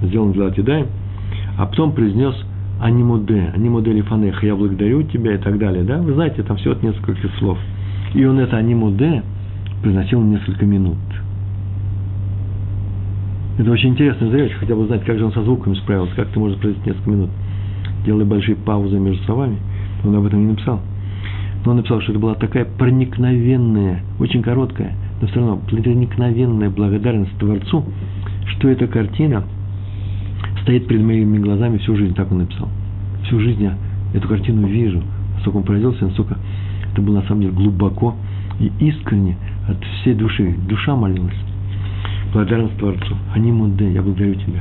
а потом произнес анимуде лифанеха, я благодарю тебя и так далее, да? Вы знаете, там всего несколько слов. И он это анимуде произносил несколько минут. Это очень интересно, зрелище, хотя бы знать, как же он со звуками справился, как это можно произнести несколько минут, делая большие паузы между словами. Он об этом не написал. Но он написал, что это была такая проникновенная, очень короткая, но все равно проникновенная благодарность Творцу, что эта картина стоит перед моими глазами всю жизнь, так он написал. Всю жизнь я эту картину вижу. Насколько он поразился, насколько это было на самом деле глубоко и искренне от всей души. Душа молилась. Благодарность Творцу. Анимуде, я благодарю тебя.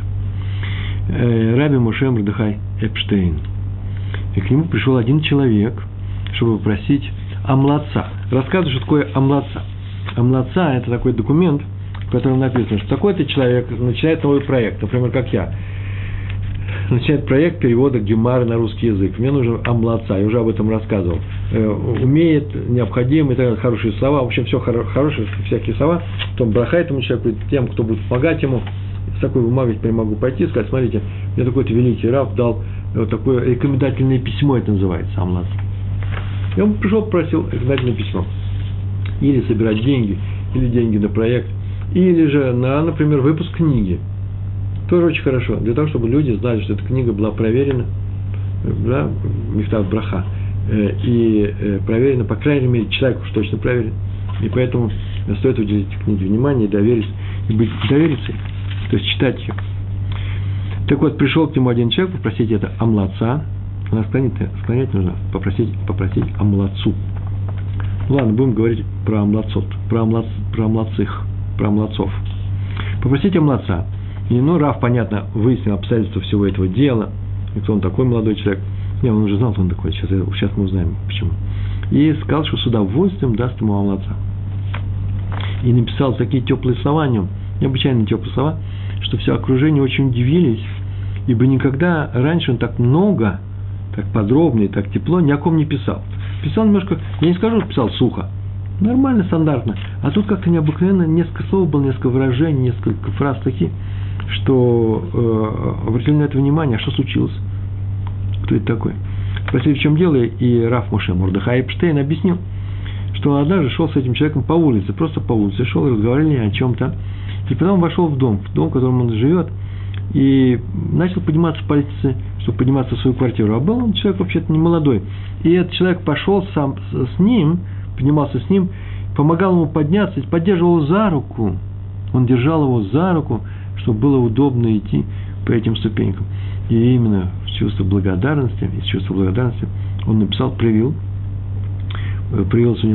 Раби Моше Мордехай Эпштейн. И к нему пришел один человек, чтобы попросить амлаца. Рассказываю, что такое амлаца. Амлаца – это такой документ, в котором написано, что такой-то человек начинает новый проект, например, как я. Начинает проект перевода Гемары на русский язык. Мне нужен амлаца, я уже об этом рассказывал. Умеет, необходимо, и так далее, хорошие слова. В общем, все хорошие, всякие слова. Потом браха этому человеку, тем, кто будет помогать ему. С такой бумагой теперь могу пойти и сказать, смотрите, мне такой-то великий рав дал вот такое рекомендательное письмо, это называется, амлаца. И он пришел, попросил рекомендательное письмо. Или собирать деньги, или деньги на проект, или же на, например, выпуск книги. Тоже очень хорошо. Для того, чтобы люди знали, что эта книга была проверена, да, Мифтах Браха, и проверена, по крайней мере, человек уж точно проверен. И поэтому стоит уделить книге внимание, довериться ей, то есть читать ее. Так вот, пришел к нему один человек попросить это амлаца. Она склонять нужно попросить амлацу. Ладно, будем говорить про амлацот, про амлацов. Попросить амлаца. И, Рав, понятно, выяснил обстоятельства всего этого дела, и кто он такой, молодой человек. Не, он уже знал, кто он такой, сейчас мы узнаем, почему. И сказал, что с удовольствием даст ему амлаца. И написал такие теплые слова о нем, необычайно теплые слова, что все окружение очень удивились, ибо никогда раньше он так много, так подробно и так тепло ни о ком не писал. Писал немножко, я не скажу, что писал сухо, нормально, стандартно, а тут как-то необыкновенно, несколько слов было, несколько выражений, несколько фраз такие, что обратили на это внимание, а что случилось? Кто это такой? Спросили, в чем дело, и Рав Моше Мордехай Эпштейн объяснил, что он однажды шел с этим человеком по улице, просто по улице шел и разговаривали о чем-то, и потом вошел в дом, в котором он живет, и начал подниматься по лестнице, чтобы подниматься в свою квартиру. А был он человек вообще-то не молодой. И этот человек пошел сам с ним, поднимался с ним, помогал ему подняться, поддерживал его за руку. Он держал его за руку, чтобы было удобно идти по этим ступенькам. И именно в чувство благодарности, из чувства благодарности он написал, проявился у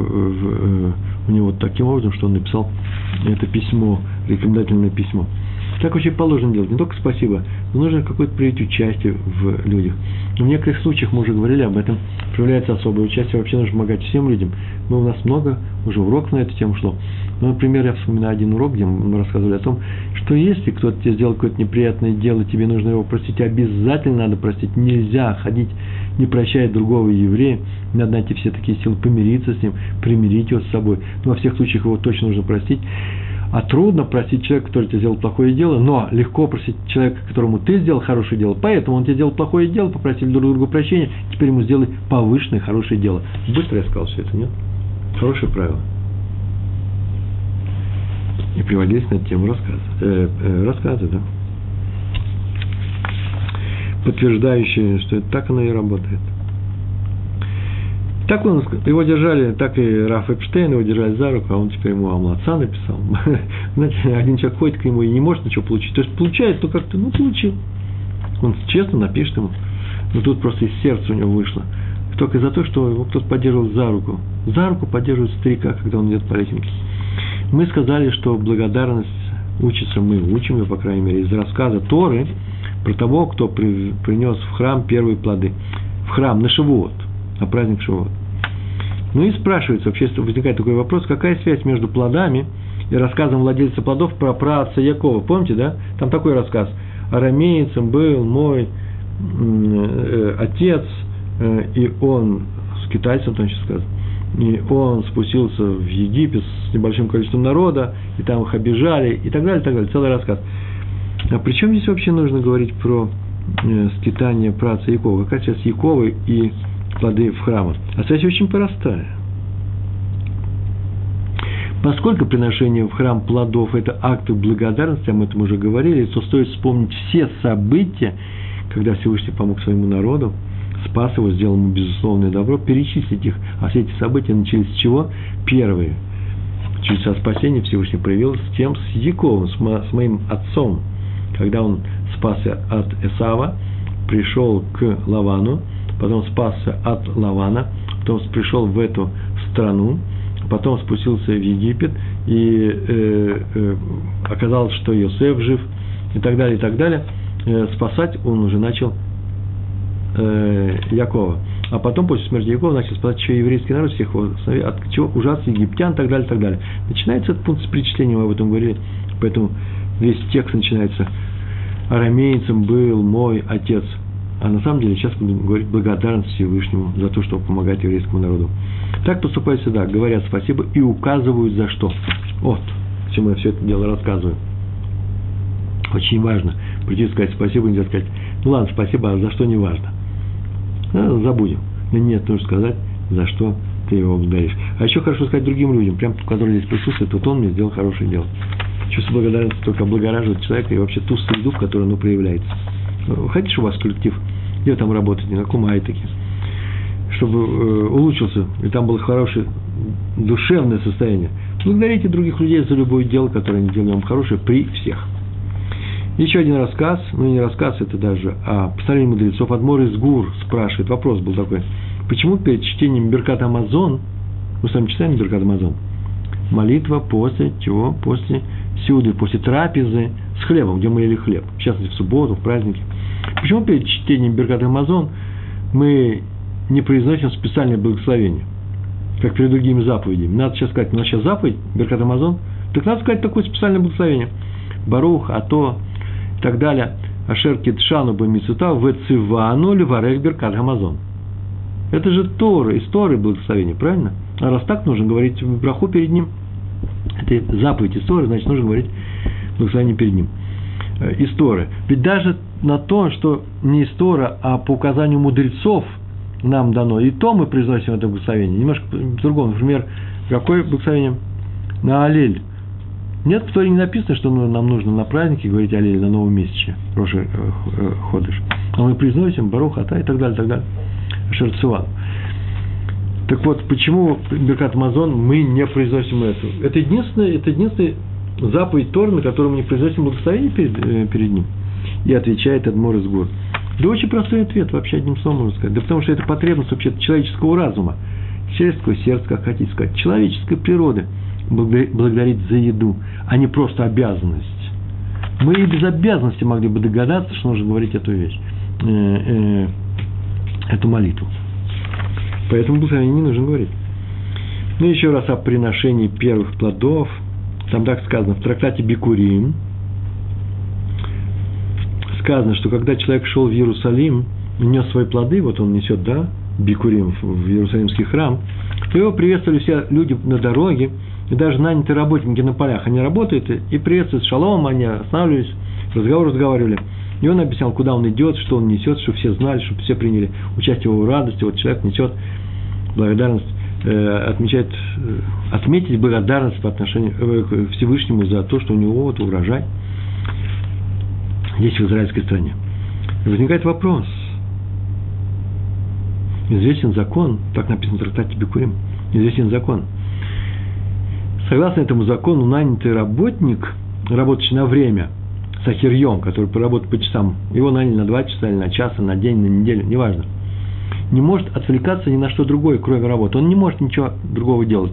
него таким образом, что он написал это письмо, рекомендательное письмо. Так вообще положено делать. Не только спасибо, но нужно какое-то проявить участие в людях. В некоторых случаях, мы уже говорили об этом, проявляется особое участие. Вообще нужно помогать всем людям. Но у нас много уже уроков на эту тему шло. Ну, например, я вспоминаю один урок, где мы рассказывали о том, что если кто-то тебе сделал какое-то неприятное дело, тебе нужно его простить, обязательно надо простить. Нельзя ходить, не прощая другого еврея. Надо найти все такие силы, помириться с ним, примирить его с собой. Но во всех случаях его точно нужно простить. А трудно простить человека, который тебе сделал плохое дело, но легко простить человека, которому ты сделал хорошее дело. Поэтому он тебе сделал плохое дело, попросили друг друга прощения, теперь ему сделай повышенное хорошее дело. Быстро я сказал все это, нет? Хорошее правило. И приводились на эту тему рассказы, да? Подтверждающие, что это так оно и работает. Так его держали, так и Раф Эпштейн его держали за руку, а он теперь ему Амлаца написал. Знаете, один человек ходит к нему и не может ничего получить. То есть получает, то как-то, получил. Он честно напишет ему. Но тут просто из сердца у него вышло. Только за то, что его кто-то поддерживал за руку. За руку поддерживает старика, когда он идет по лесенке. Мы сказали, что благодарность учим ее, по крайней мере, из рассказа Торы про того, кто принес в храм первые плоды. В храм на Шавуот. На праздник Шавуот. Ну и спрашивается, вообще возникает такой вопрос, какая связь между плодами и рассказом владельца плодов про праотца Якова. Помните, да? Там такой рассказ. Арамеецем был мой отец, и он, с китайцем там сейчас сказано, и он спустился в Египет с небольшим количеством народа, и там их обижали, и так далее, целый рассказ. А при чем здесь вообще нужно говорить про скитание праотца Якова? Какая связь Якова и плоды в храмах? А связь очень простая. Поскольку приношение в храм плодов – это акты благодарности, а мы этом уже говорили, то стоит вспомнить все события, когда Всевышний помог своему народу, спас его, сделал ему безусловное добро, перечислить их. А все эти события начались с чего? Первые. Чудеса спасения Всевышний проявил с Яковом, с моим отцом, когда он спасся от Эсава, пришел к Лавану, потом спасся от Лавана, потом пришел в эту страну, потом спустился в Египет, и оказалось, что Йосеф жив, и так далее, и так далее. Спасать он уже начал Якова. А потом, после смерти Якова, начал спасать еще еврейский народ, всех его, от чего ужасных египтян, и так далее, и так далее. Начинается этот пункт с причислением, мы об этом говорили, поэтому весь текст начинается: арамейцем был мой отец. А на самом деле сейчас будем говорить благодарность Всевышнему за то, что помогает еврейскому народу. Так поступают всегда, говорят спасибо и указывают за что. Вот, к чему я все это дело рассказываю. Очень важно прийти и сказать спасибо, нельзя сказать, ну ладно, спасибо, а за что не важно. Забудем. Но нет, нужно сказать, за что ты его благодаришь. А еще хорошо сказать другим людям, прям которые здесь присутствуют, вот он мне сделал хорошее дело. Чувство благодарности только облагораживает человека и вообще ту среду, в которой оно проявляется. Хотите, у вас коллектив, где вы там работаете, на каком айтеке, чтобы улучшился, и там было хорошее душевное состояние. Благодарите других людей за любое дело, которое они делают вам хорошее при всех. Еще один рассказ, ну не рассказ, это даже, а постановление мудрецов. Адмор из Гур спрашивает, вопрос был такой: почему перед чтением Беркат Амазон, мы с вами читаем Беркат Амазон, молитва после чего? После сюды, после трапезы с хлебом, где мы ели хлеб, в частности в субботу, в праздники. Почему перед чтением Беркат Амазон мы не произносим специальное благословение, как перед другими заповедями? Надо сейчас сказать, у нас сейчас заповедь, Беркат Амазон, так надо сказать такое специальное благословение. Барух, Ато, и так далее. Ашер китшану бамицута вецивану ливарех Беркат Амазон. Это же Тора, из Торы благословение, правильно? А раз так, нужно говорить браху перед ним. Это заповедь из Торы, значит, нужно говорить благословение перед ним. Из Торы. Ведь даже на то, что не из Тора, а по указанию мудрецов нам дано, и то мы произносим это благословение. Немножко по-другому. Например, какое благословение? На Алель. Нет, в Торе не написано, что нам нужно на празднике говорить Алель на новом месяце, Рош Ходеш. А мы произносим Барух, Ата и так далее, так далее. Шерцуан. Так вот, почему Беркат Амазон мы не произносим это? Это единственная заповедь Торы, на которую мы не произносим благословение перед ним. И отвечает Адмор из Гур. Да очень простой ответ, вообще одним словом можно сказать. Да потому что это потребность вообще человеческого разума, человеческого сердца, как хотите сказать, человеческой природы. Благодарить за еду, а не просто обязанность. Мы и без обязанности могли бы догадаться, что нужно говорить эту вещь, эту молитву. Поэтому благословение не нужно говорить. Ну, еще раз о приношении первых плодов. Там так сказано в трактате Бикурим. Сказано, что когда человек шел в Иерусалим, нес свои плоды, вот он несет, да, Бикурим в Иерусалимский храм, то его приветствовали все люди на дороге, и даже нанятые работники на полях. Они работают и приветствуют шалом, они останавливались, разговаривали. И он объяснял, куда он идет, что он несет, чтобы все знали, чтобы все приняли участие в его радости. Вот человек несет благодарность, отметить благодарность по отношению к Всевышнему за то, что у него вот урожай здесь, в израильской стране. И возникает вопрос. Известен закон, так написано в трактате Бикурим, известен закон. Согласно этому закону, нанятый работник, работающий на время, сахирьем, который поработает по часам, его наняли на 2 часа, или на час, на день, на неделю, неважно, не может отвлекаться ни на что другое, кроме работы. Он не может ничего другого делать.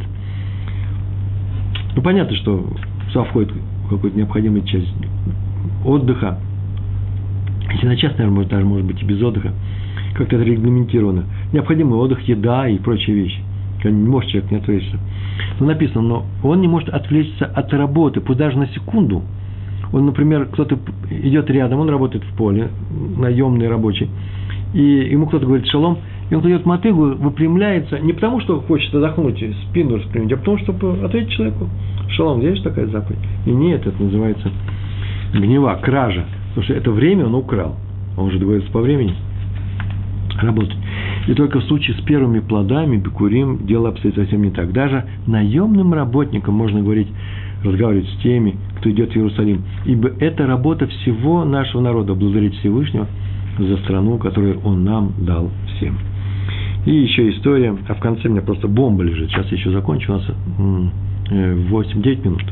Ну, понятно, что сюда входит какая-то необходимая часть отдыха. Если на час, наверное, даже может быть и без отдыха. Как-то это регламентировано. Необходимый отдых, еда и прочие вещи. Не может человек не отвлечься. Но написано, но он не может отвлечься от работы, пусть даже на секунду. Он, например, кто-то идет рядом, он работает в поле, наемный рабочий, и ему кто-то говорит шалом, и он кладет мотыгу, выпрямляется, не потому, что хочет отдохнуть и спину распрямить, а потому, чтобы ответить человеку шалом, здесь же такая заповедь. И нет, это называется гнева, кража, потому что это время он украл, он же договорился по времени работать. И только в случае с первыми плодами, бикурим, дело обстоит совсем не так. Даже наемным работникам можно разговаривать с теми, кто идет в Иерусалим. Ибо это работа всего нашего народа, благодарить Всевышнего за страну, которую Он нам дал всем. И еще история, а в конце у меня просто бомба лежит. Сейчас я еще закончу, у нас 8-9 минут.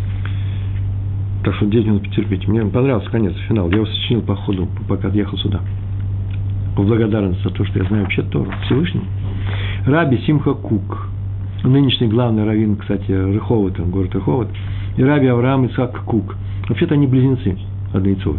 Так что 9 минут потерпите. Мне понравился конец, финал. Я его сочинил по ходу, пока ехал сюда. В благодарность за то, что я знаю вообще Тору Всевышнему. Раби Симха Кук, нынешний главный раввин, кстати, Реховота, город Реховот, и Раби Авраам Ицхак Кук. Вообще-то они близнецы, однояйцовые.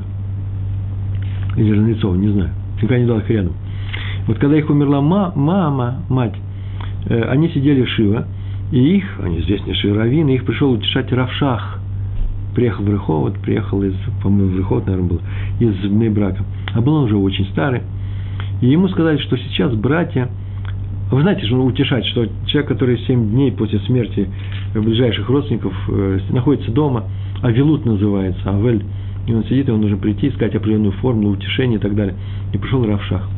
Или разнецовые, не знаю. Никогда не дал их рядом. Вот когда их умерла мать, они сидели в Шива, и они известнейшие раввины, их пришел утешать Рав Шах. Приехал в Реховот, по-моему, в Реховот, наверное, был, из Бней-Брака. А был он уже очень старый. И ему сказали, что сейчас братья... Вы знаете, что он утешает, что человек, который 7 дней после смерти ближайших родственников находится дома, авилут называется, авель, и он сидит, ему нужно прийти, искать определенную формулу утешения и так далее. И пришел Рав Шах.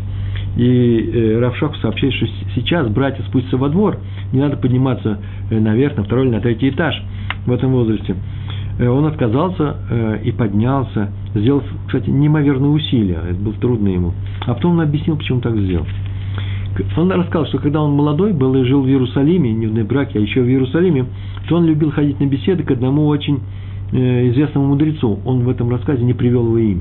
И Рав Шах сообщает, что сейчас братья спустятся во двор, не надо подниматься наверх, на 2-й или на 3-й этаж в этом возрасте. Он отказался и поднялся, сделав, кстати, неимоверные усилия, это было трудно ему. А потом он объяснил, почему так сделал. Он рассказал, что когда он молодой был и жил в Иерусалиме, не в Бней-Браке, а еще в Иерусалиме, то он любил ходить на беседы к одному очень известному мудрецу. Он в этом рассказе не привел его имя.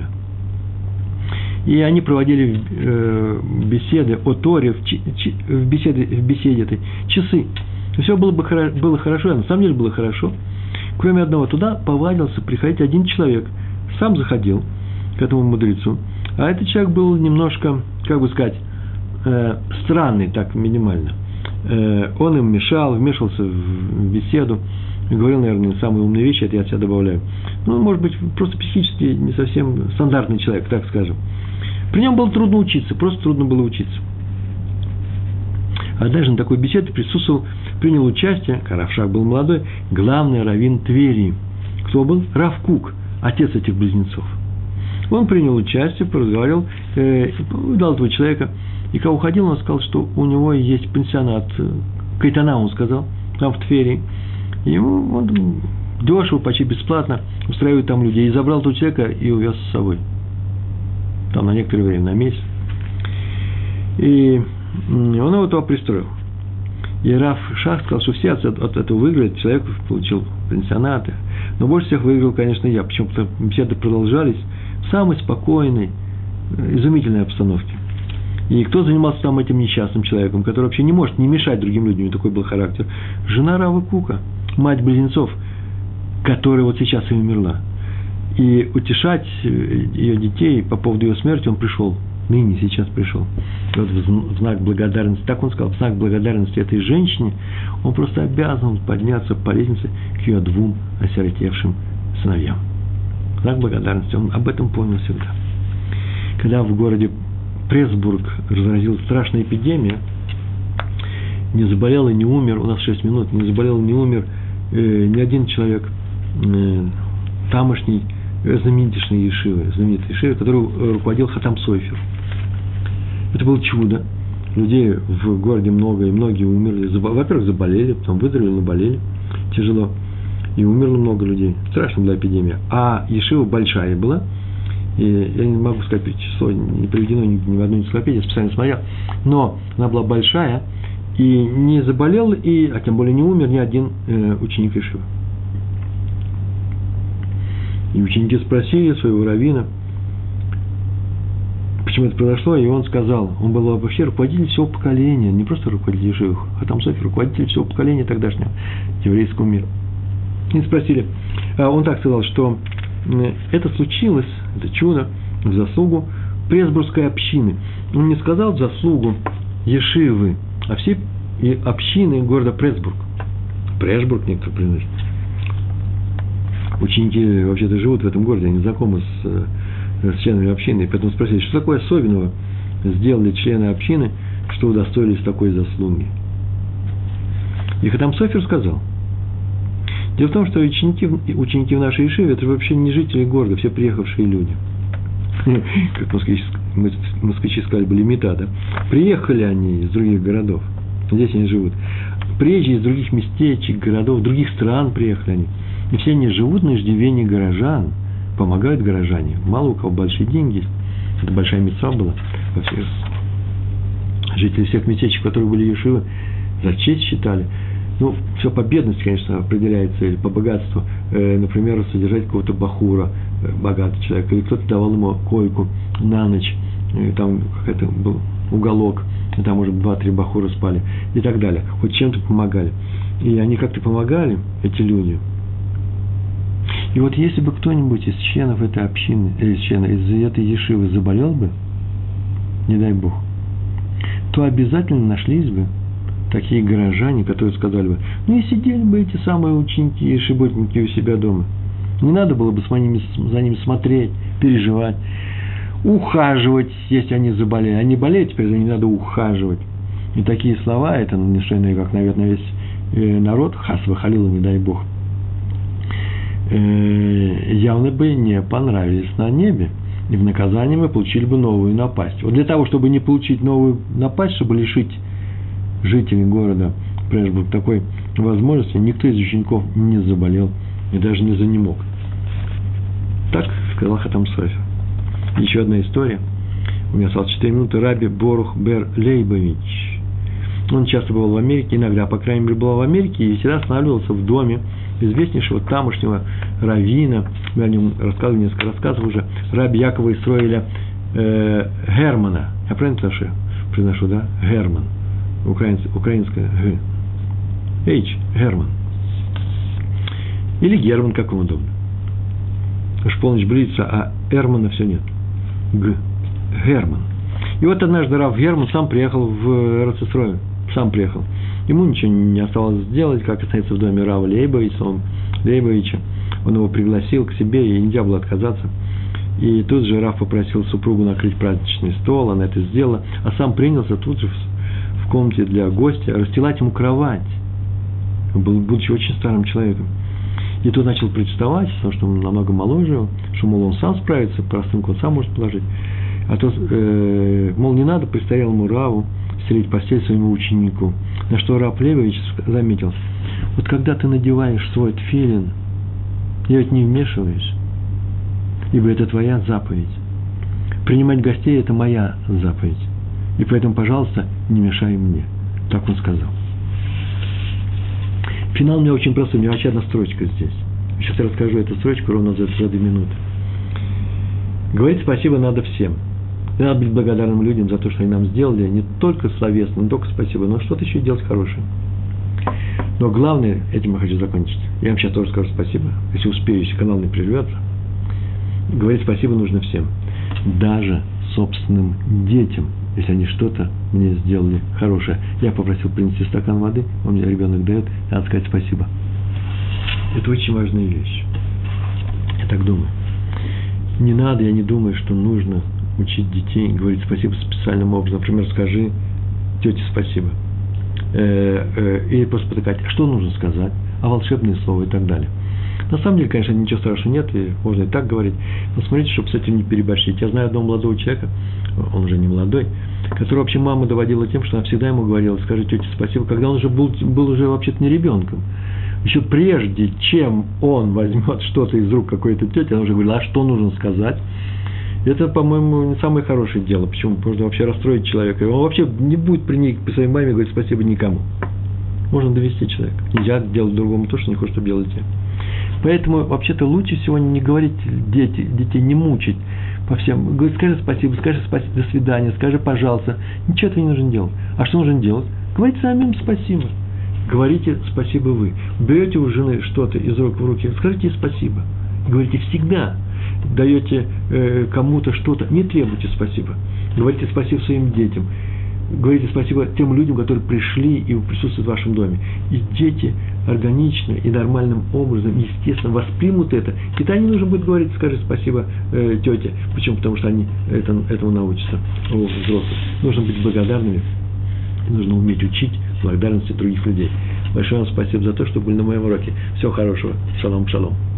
И они проводили беседы о Торе, в беседе этой, часы. И все было хорошо, а на самом деле было хорошо. Кроме одного, туда повадился приходить один человек. Сам заходил к этому мудрецу. А этот человек был немножко, как бы сказать, странный, так минимально. Он им мешал, вмешивался в беседу. Говорил, наверное, самые умные вещи, это я от себя добавляю. Ну, может быть, просто психически не совсем стандартный человек, так скажем. При нем было трудно учиться, просто трудно было учиться. А даже на такой беседе принял участие, когда Рав Шах был молодой, главный раввин Твери. Кто был? Рав Кук, отец этих близнецов. Он принял участие, поразговаривал, дал этого человека. И когда уходил, он сказал, что у него есть пансионат, кайтана, он сказал, там в Твери. И ему он дешево, почти бесплатно устраивает там людей. И забрал этого человека и увез с собой. Там на некоторое время, на месяц. И он его туда пристроил. И Рав Шах сказал, что все от этого выиграли. Человек получил пансионаты. Но больше всех выиграл, конечно, я. Почему? Потому что беседы продолжались в самой спокойной, изумительной обстановке. И кто занимался там этим несчастным человеком, который вообще не может не мешать другим людям, у него такой был характер? Жена Рава Кука, мать близнецов, которая вот сейчас и умерла. И утешать ее детей по поводу ее смерти он пришел. Ныне, сейчас пришел. И вот в знак благодарности, так он сказал, в знак благодарности этой женщине, он просто обязан подняться по лестнице к ее 2 осиротевшим сыновьям. В знак благодарности, он об этом помнил всегда. Когда в городе Пресбург разразилась страшная эпидемия, не заболел и не умер, у нас 6 минут, не заболел и не умер ни один человек тамошней знаменитейшей ешивы, которую руководил Хатам Сойфер. Это было чудо. Людей в городе много, и многие умерли. Во-первых, заболели, потом выздоровели, но болели тяжело. И умерло много людей. Страшная была эпидемия. А ешива большая была. И я не могу сказать число, не приведено ни в одной энциклопедии, я специально смотрел. Но она была большая, и не заболел, а тем более не умер ни один ученик ешивы. И ученики спросили своего раввина, почему это произошло, и он сказал, он был вообще руководитель всего поколения, не просто руководитель ешивы, Хатам Софер, руководитель всего поколения тогдашнего еврейского мира. И спросили, он так сказал, что это случилось, это чудо, в заслугу Пресбургской общины. Он не сказал в заслугу ешивы, а всей общины города Пресбург. Пресбург некоторые приносят. Ученики вообще-то живут в этом городе, они знакомы с членами общины, и поэтому спросили, что такое особенного сделали члены общины, что удостоились такой заслуги. И Хатам Софер сказал, дело в том, что ученики в нашей ешиве – это вообще не жители города, все приехавшие люди. Как москвичи сказали бы, лимита, да? Приехали они из других городов, здесь они живут. Приезжие из других местечек, городов, других стран приехали они. И все они живут на иждивении горожан, помогают горожане. Мало у кого большие деньги есть. Это большая мицва была. Жители всех местечек, которые были ешивы, за честь считали. Ну, все по бедности, конечно, определяется, или по богатству. Например, содержать какого-то бахура, богатый человек, или кто-то давал ему койку на ночь, там какой-то был уголок, и там, может, 2-3 бахура спали, и так далее. Хоть чем-то помогали. И они как-то помогали, эти люди. И вот если бы кто-нибудь из членов этой общины, из этой ешивы заболел бы, не дай Бог, то обязательно нашлись бы такие горожане, которые сказали бы, ну и сидели бы эти самые ученики и шиботники у себя дома. Не надо было бы за ними смотреть, переживать, ухаживать, если они заболели. Они болеют, теперь за ними надо ухаживать. И такие слова, это не что иное, как, наверное, весь народ, хас вахалила, не дай Бог, явно бы не понравились на небе. И в наказание мы получили бы новую напасть. Вот для того, чтобы не получить новую напасть, чтобы лишить жителей города Пресбург такой возможности, никто из учеников не заболел и даже не занемог. Так сказал Хатам Софер. Еще одна история. У меня осталось 4 минуты. Раби Борух бер Лейбович. Он часто бывал в Америке, иногда, по крайней мере, бывал в Америке и всегда останавливался в доме известнейшего тамошнего раввина, мы о нем рассказывали несколько рассказов уже, раби Якова Исроэля Германа. Я правильно произношу, да? Герман. Украинское Г. H. Герман. Или Герман, как вам удобно. Уж полночь близится, а Эрмана все нет. Г. Герман. И вот однажды рав Герман сам приехал в Эрец Исроэль. Сам приехал. Ему ничего не оставалось сделать, как остановиться в доме рава Лейбовича. Он его пригласил к себе, и нельзя было отказаться. И тут же рав попросил супругу накрыть праздничный стол, она это сделала, а сам принялся тут же в комнате для гостя расстилать ему кровать, будучи очень старым человеком. И тут начал протестовать, потому что он намного моложе его, что, мол, он сам справится, простынку он сам может положить. А то, мол, не надо престарелому раву стелить постель своему ученику. На что рав Лейбович заметил, вот когда ты надеваешь свой тфилин, я ведь не вмешиваюсь, ибо это твоя заповедь. Принимать гостей – это моя заповедь. И поэтому, пожалуйста, не мешай мне. Так он сказал. Финал у меня очень простой, у меня вообще одна строчка здесь. Сейчас я расскажу эту строчку ровно за 2 минуты. Говорить спасибо надо всем. И надо быть благодарным людям за то, что они нам сделали, не только словесно, не только спасибо, но что-то еще делать хорошее. Но главное, этим я хочу закончить. Я вам сейчас тоже скажу спасибо, если успею, если канал не прервется. говорить спасибо нужно всем. Даже собственным детям, если они что-то мне сделали хорошее. Я попросил принести стакан воды, он мне ребенок дает, надо сказать спасибо. Это очень важная вещь. Я так думаю. Не надо, я не думаю, что нужно учить детей говорить спасибо специальным образом. Например, скажи тете спасибо. Или просто потыкать, что нужно сказать, а волшебные слова и так далее. На самом деле, конечно, ничего страшного нет, и можно и так говорить, но смотрите, чтобы с этим не переборщить. Я знаю одного молодого человека, он уже не молодой, который вообще мама доводила тем, что она всегда ему говорила, скажи тете спасибо, когда он уже был уже вообще-то не ребенком. Еще прежде, чем он возьмет что-то из рук какой-то тети, она уже говорила, а что нужно сказать. Это, по-моему, не самое хорошее дело. Почему? Потому что вообще расстроить человека. И он вообще не будет при ней, при своей маме говорить спасибо никому. Можно довести человека. Нельзя делать другому то, что не хочет, чтобы делали те. Поэтому, вообще-то, лучше всего не говорить детей не мучить по всем. Говорить, скажи спасибо, до свидания, скажи пожалуйста. Ничего этого не нужно делать. А что нужно делать? Говорить самим спасибо. Говорите спасибо вы. Берете у жены что-то из рук в руки, скажите спасибо. Говорите всегда. Даете кому-то что-то, не требуйте спасибо. Говорите спасибо своим детям. Говорите спасибо тем людям, которые пришли и присутствуют в вашем доме. И дети органично и нормальным образом, естественно, воспримут это. И тогда не нужно будет говорить, скажи спасибо тете. Почему? Потому что они этому научатся у взрослых. Нужно быть благодарными. Нужно уметь учить благодарности других людей. Большое вам спасибо за то, что были на моем уроке. Всего хорошего. Шалом, шалом.